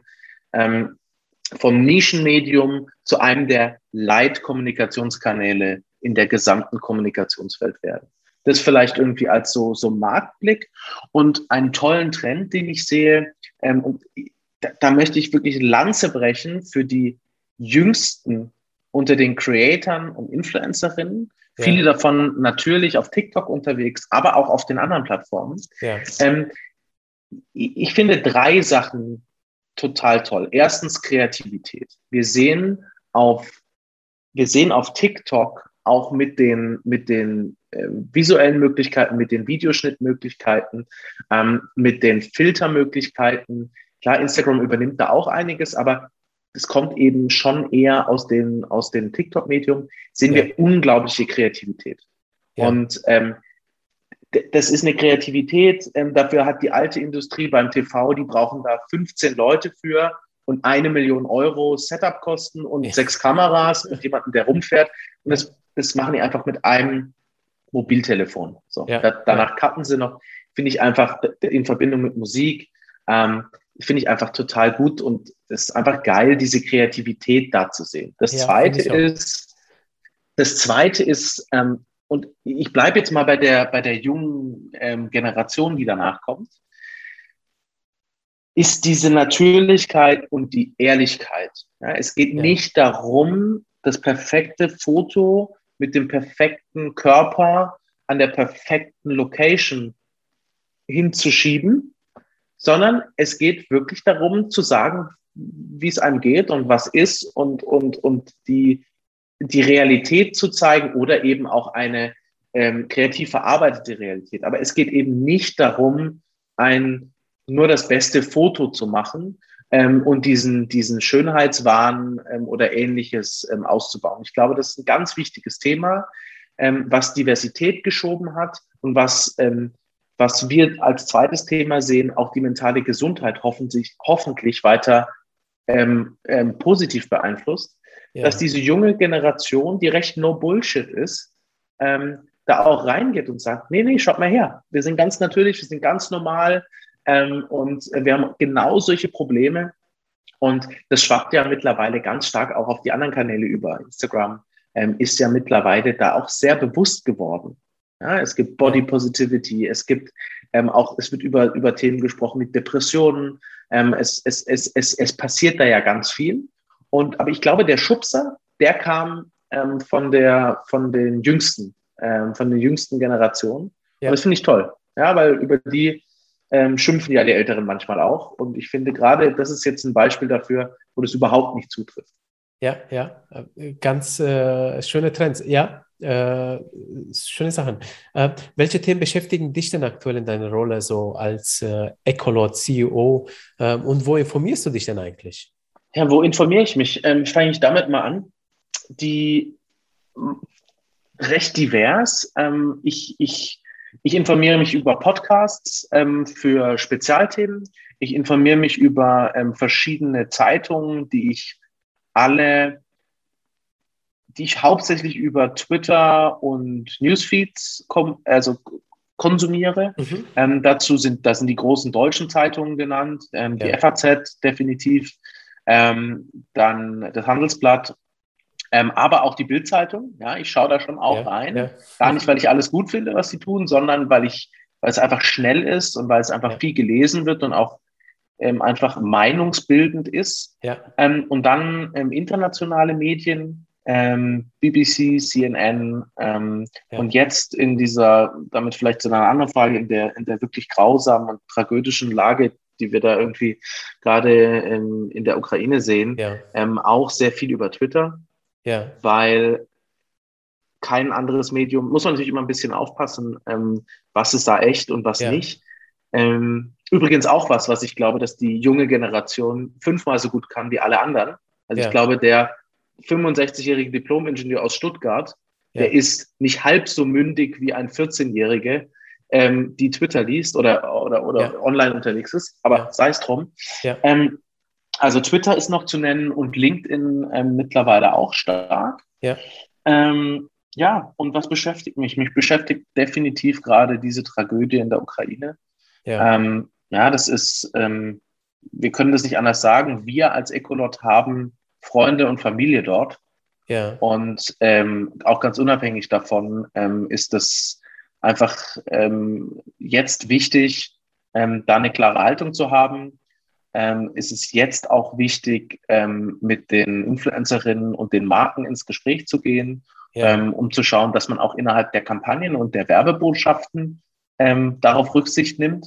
Nischenmedium zu einem der Leitkommunikationskanäle in der gesamten Kommunikationswelt werden. Das vielleicht irgendwie als so Marktblick und einen tollen Trend, den ich sehe. Und da möchte ich wirklich eine Lanze brechen für die Jüngsten unter den Creatoren und Influencerinnen. Ja. Viele davon natürlich auf TikTok unterwegs, aber auch auf den anderen Plattformen. Ja. Ich finde 3 Sachen total toll. Erstens Kreativität. Wir sehen auf TikTok auch mit den visuellen Möglichkeiten, mit den Videoschnittmöglichkeiten, mit den Filtermöglichkeiten. Klar, Instagram übernimmt da auch einiges, aber es kommt eben schon eher aus dem TikTok-Medium, sehen wir unglaubliche Kreativität. Ja. Und das ist eine Kreativität, dafür hat die alte Industrie beim TV, die brauchen da 15 Leute für und 1 Million Euro Setup-Kosten und 6 Kameras und jemanden, der rumfährt. Und das machen die einfach mit einem Mobiltelefon. So, danach cutten sie noch, finde ich einfach in Verbindung mit Musik, finde ich einfach total gut und es ist einfach geil, diese Kreativität da zu sehen. Das Zweite ist, und ich bleibe jetzt mal bei der jungen Generation, die danach kommt, ist diese Natürlichkeit und die Ehrlichkeit. Ja, es geht nicht darum, das perfekte Foto mit dem perfekten Körper an der perfekten Location hinzuschieben, sondern es geht wirklich darum zu sagen, wie es einem geht und was ist und die Realität zu zeigen oder eben auch eine kreativ verarbeitete Realität. Aber es geht eben nicht darum, nur das beste Foto zu machen und diesen Schönheitswahn oder Ähnliches auszubauen. Ich glaube, das ist ein ganz wichtiges Thema, was Diversität geschoben hat und was wir als zweites Thema sehen, auch die mentale Gesundheit hoffentlich weiter positiv beeinflusst, dass diese junge Generation, die recht no Bullshit ist, da auch reingeht und sagt, nee, schaut mal her, wir sind ganz natürlich, wir sind ganz normal und wir haben genau solche Probleme und das schwappt ja mittlerweile ganz stark auch auf die anderen Kanäle über. Instagram ist ja mittlerweile da auch sehr bewusst geworden. Ja, es gibt Body Positivity, es wird über Themen gesprochen mit Depressionen, es passiert da ja ganz viel. Aber ich glaube, der Schubser, der kam von den jüngsten Generationen. Ja. Und das finde ich toll. Ja, weil über die schimpfen ja die Älteren manchmal auch. Und ich finde gerade, das ist jetzt ein Beispiel dafür, wo das überhaupt nicht zutrifft. Ja, ganz schöne Trends. Ja, schöne Sachen. Welche Themen beschäftigen dich denn aktuell in deiner Rolle so als Ecolot CEO? Und wo informierst du dich denn eigentlich? Ja, wo informiere ich mich? Fange ich damit mal an. Die recht divers. Ich informiere mich über Podcasts für Spezialthemen. Ich informiere mich über verschiedene Zeitungen, die ich hauptsächlich über Twitter und Newsfeeds konsumiere. Da sind die großen deutschen Zeitungen genannt, die FAZ definitiv, dann das Handelsblatt, aber auch die Bild-Zeitung. Ja, ich schaue da schon auch rein. Ja. Gar nicht, weil ich alles gut finde, was sie tun, sondern weil es einfach schnell ist und weil es einfach viel gelesen wird und auch einfach meinungsbildend ist. Ja. Und dann internationale Medien, BBC, CNN, und jetzt damit vielleicht zu einer anderen Frage, in der wirklich grausamen und tragödischen Lage, die wir da irgendwie gerade in der Ukraine sehen, auch sehr viel über Twitter, weil kein anderes Medium, muss man natürlich immer ein bisschen aufpassen, was ist da echt und was nicht. Übrigens auch was ich glaube, dass die junge Generation 5-mal so gut kann wie alle anderen. Also ich glaube, der 65-jährige Diplom-Ingenieur aus Stuttgart, der ist nicht halb so mündig wie ein 14-Jährige, die Twitter liest oder online unterwegs ist, aber sei es drum. Also Twitter ist noch zu nennen und LinkedIn mittlerweile auch stark. Und was beschäftigt mich? Mich beschäftigt definitiv gerade diese Tragödie in der Ukraine. Das ist, wir können das nicht anders sagen. Wir als Ecolot haben Freunde und Familie dort. Und auch ganz unabhängig davon ist es einfach jetzt wichtig, da eine klare Haltung zu haben. Es ist jetzt auch wichtig, mit den Influencerinnen und den Marken ins Gespräch zu gehen, um zu schauen, dass man auch innerhalb der Kampagnen und der Werbebotschaften darauf Rücksicht nimmt.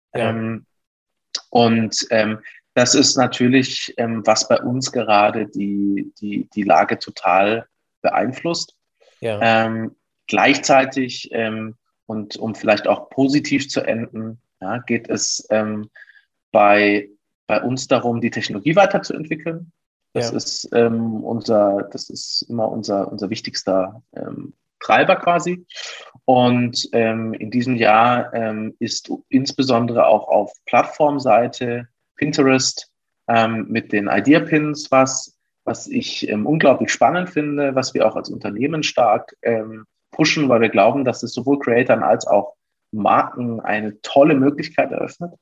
Das ist natürlich, was bei uns gerade die Lage total beeinflusst. Gleichzeitig, und um vielleicht auch positiv zu enden, geht es bei uns darum, die Technologie weiterzuentwickeln. Das ist immer unser wichtigster Treiber quasi. Und in diesem Jahr ist insbesondere auch auf Plattformseite Pinterest mit den Idea-Pins was ich unglaublich spannend finde, was wir auch als Unternehmen stark pushen, weil wir glauben, dass es sowohl Creatoren als auch Marken eine tolle Möglichkeit eröffnet.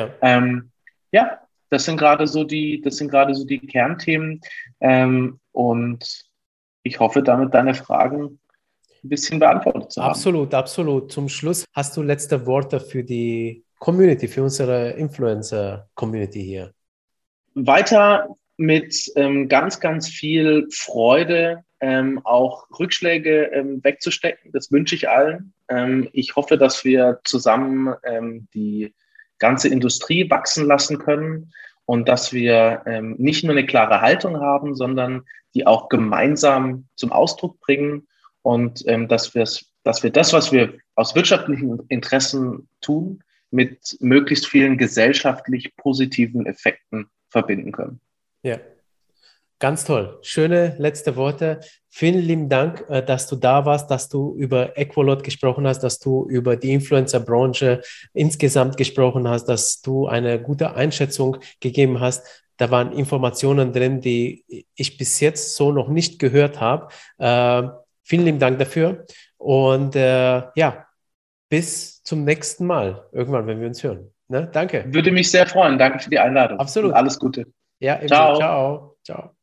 Das sind gerade so die Kernthemen. Und ich hoffe, damit deine Fragen ein bisschen beantwortet zu haben. Absolut. Zum Schluss hast du letzte Worte für die Community, für unsere Influencer-Community hier. Weiter mit ganz, ganz viel Freude, auch Rückschläge wegzustecken. Das wünsche ich allen. Ich hoffe, dass wir zusammen die ganze Industrie wachsen lassen können und dass wir nicht nur eine klare Haltung haben, sondern die auch gemeinsam zum Ausdruck bringen und dass wir das, was wir aus wirtschaftlichen Interessen tun, mit möglichst vielen gesellschaftlich positiven Effekten verbinden können. Ja, ganz toll. Schöne letzte Worte. Vielen lieben Dank, dass du da warst, dass du über Ecolot gesprochen hast, dass du über die Influencer-Branche insgesamt gesprochen hast, dass du eine gute Einschätzung gegeben hast. Da waren Informationen drin, die ich bis jetzt so noch nicht gehört habe. Vielen lieben Dank dafür. Und bis zum nächsten Mal, irgendwann, wenn wir uns hören. Ne? Danke. Würde mich sehr freuen. Danke für die Einladung. Absolut. Und alles Gute. Ja, ebenso. Ciao.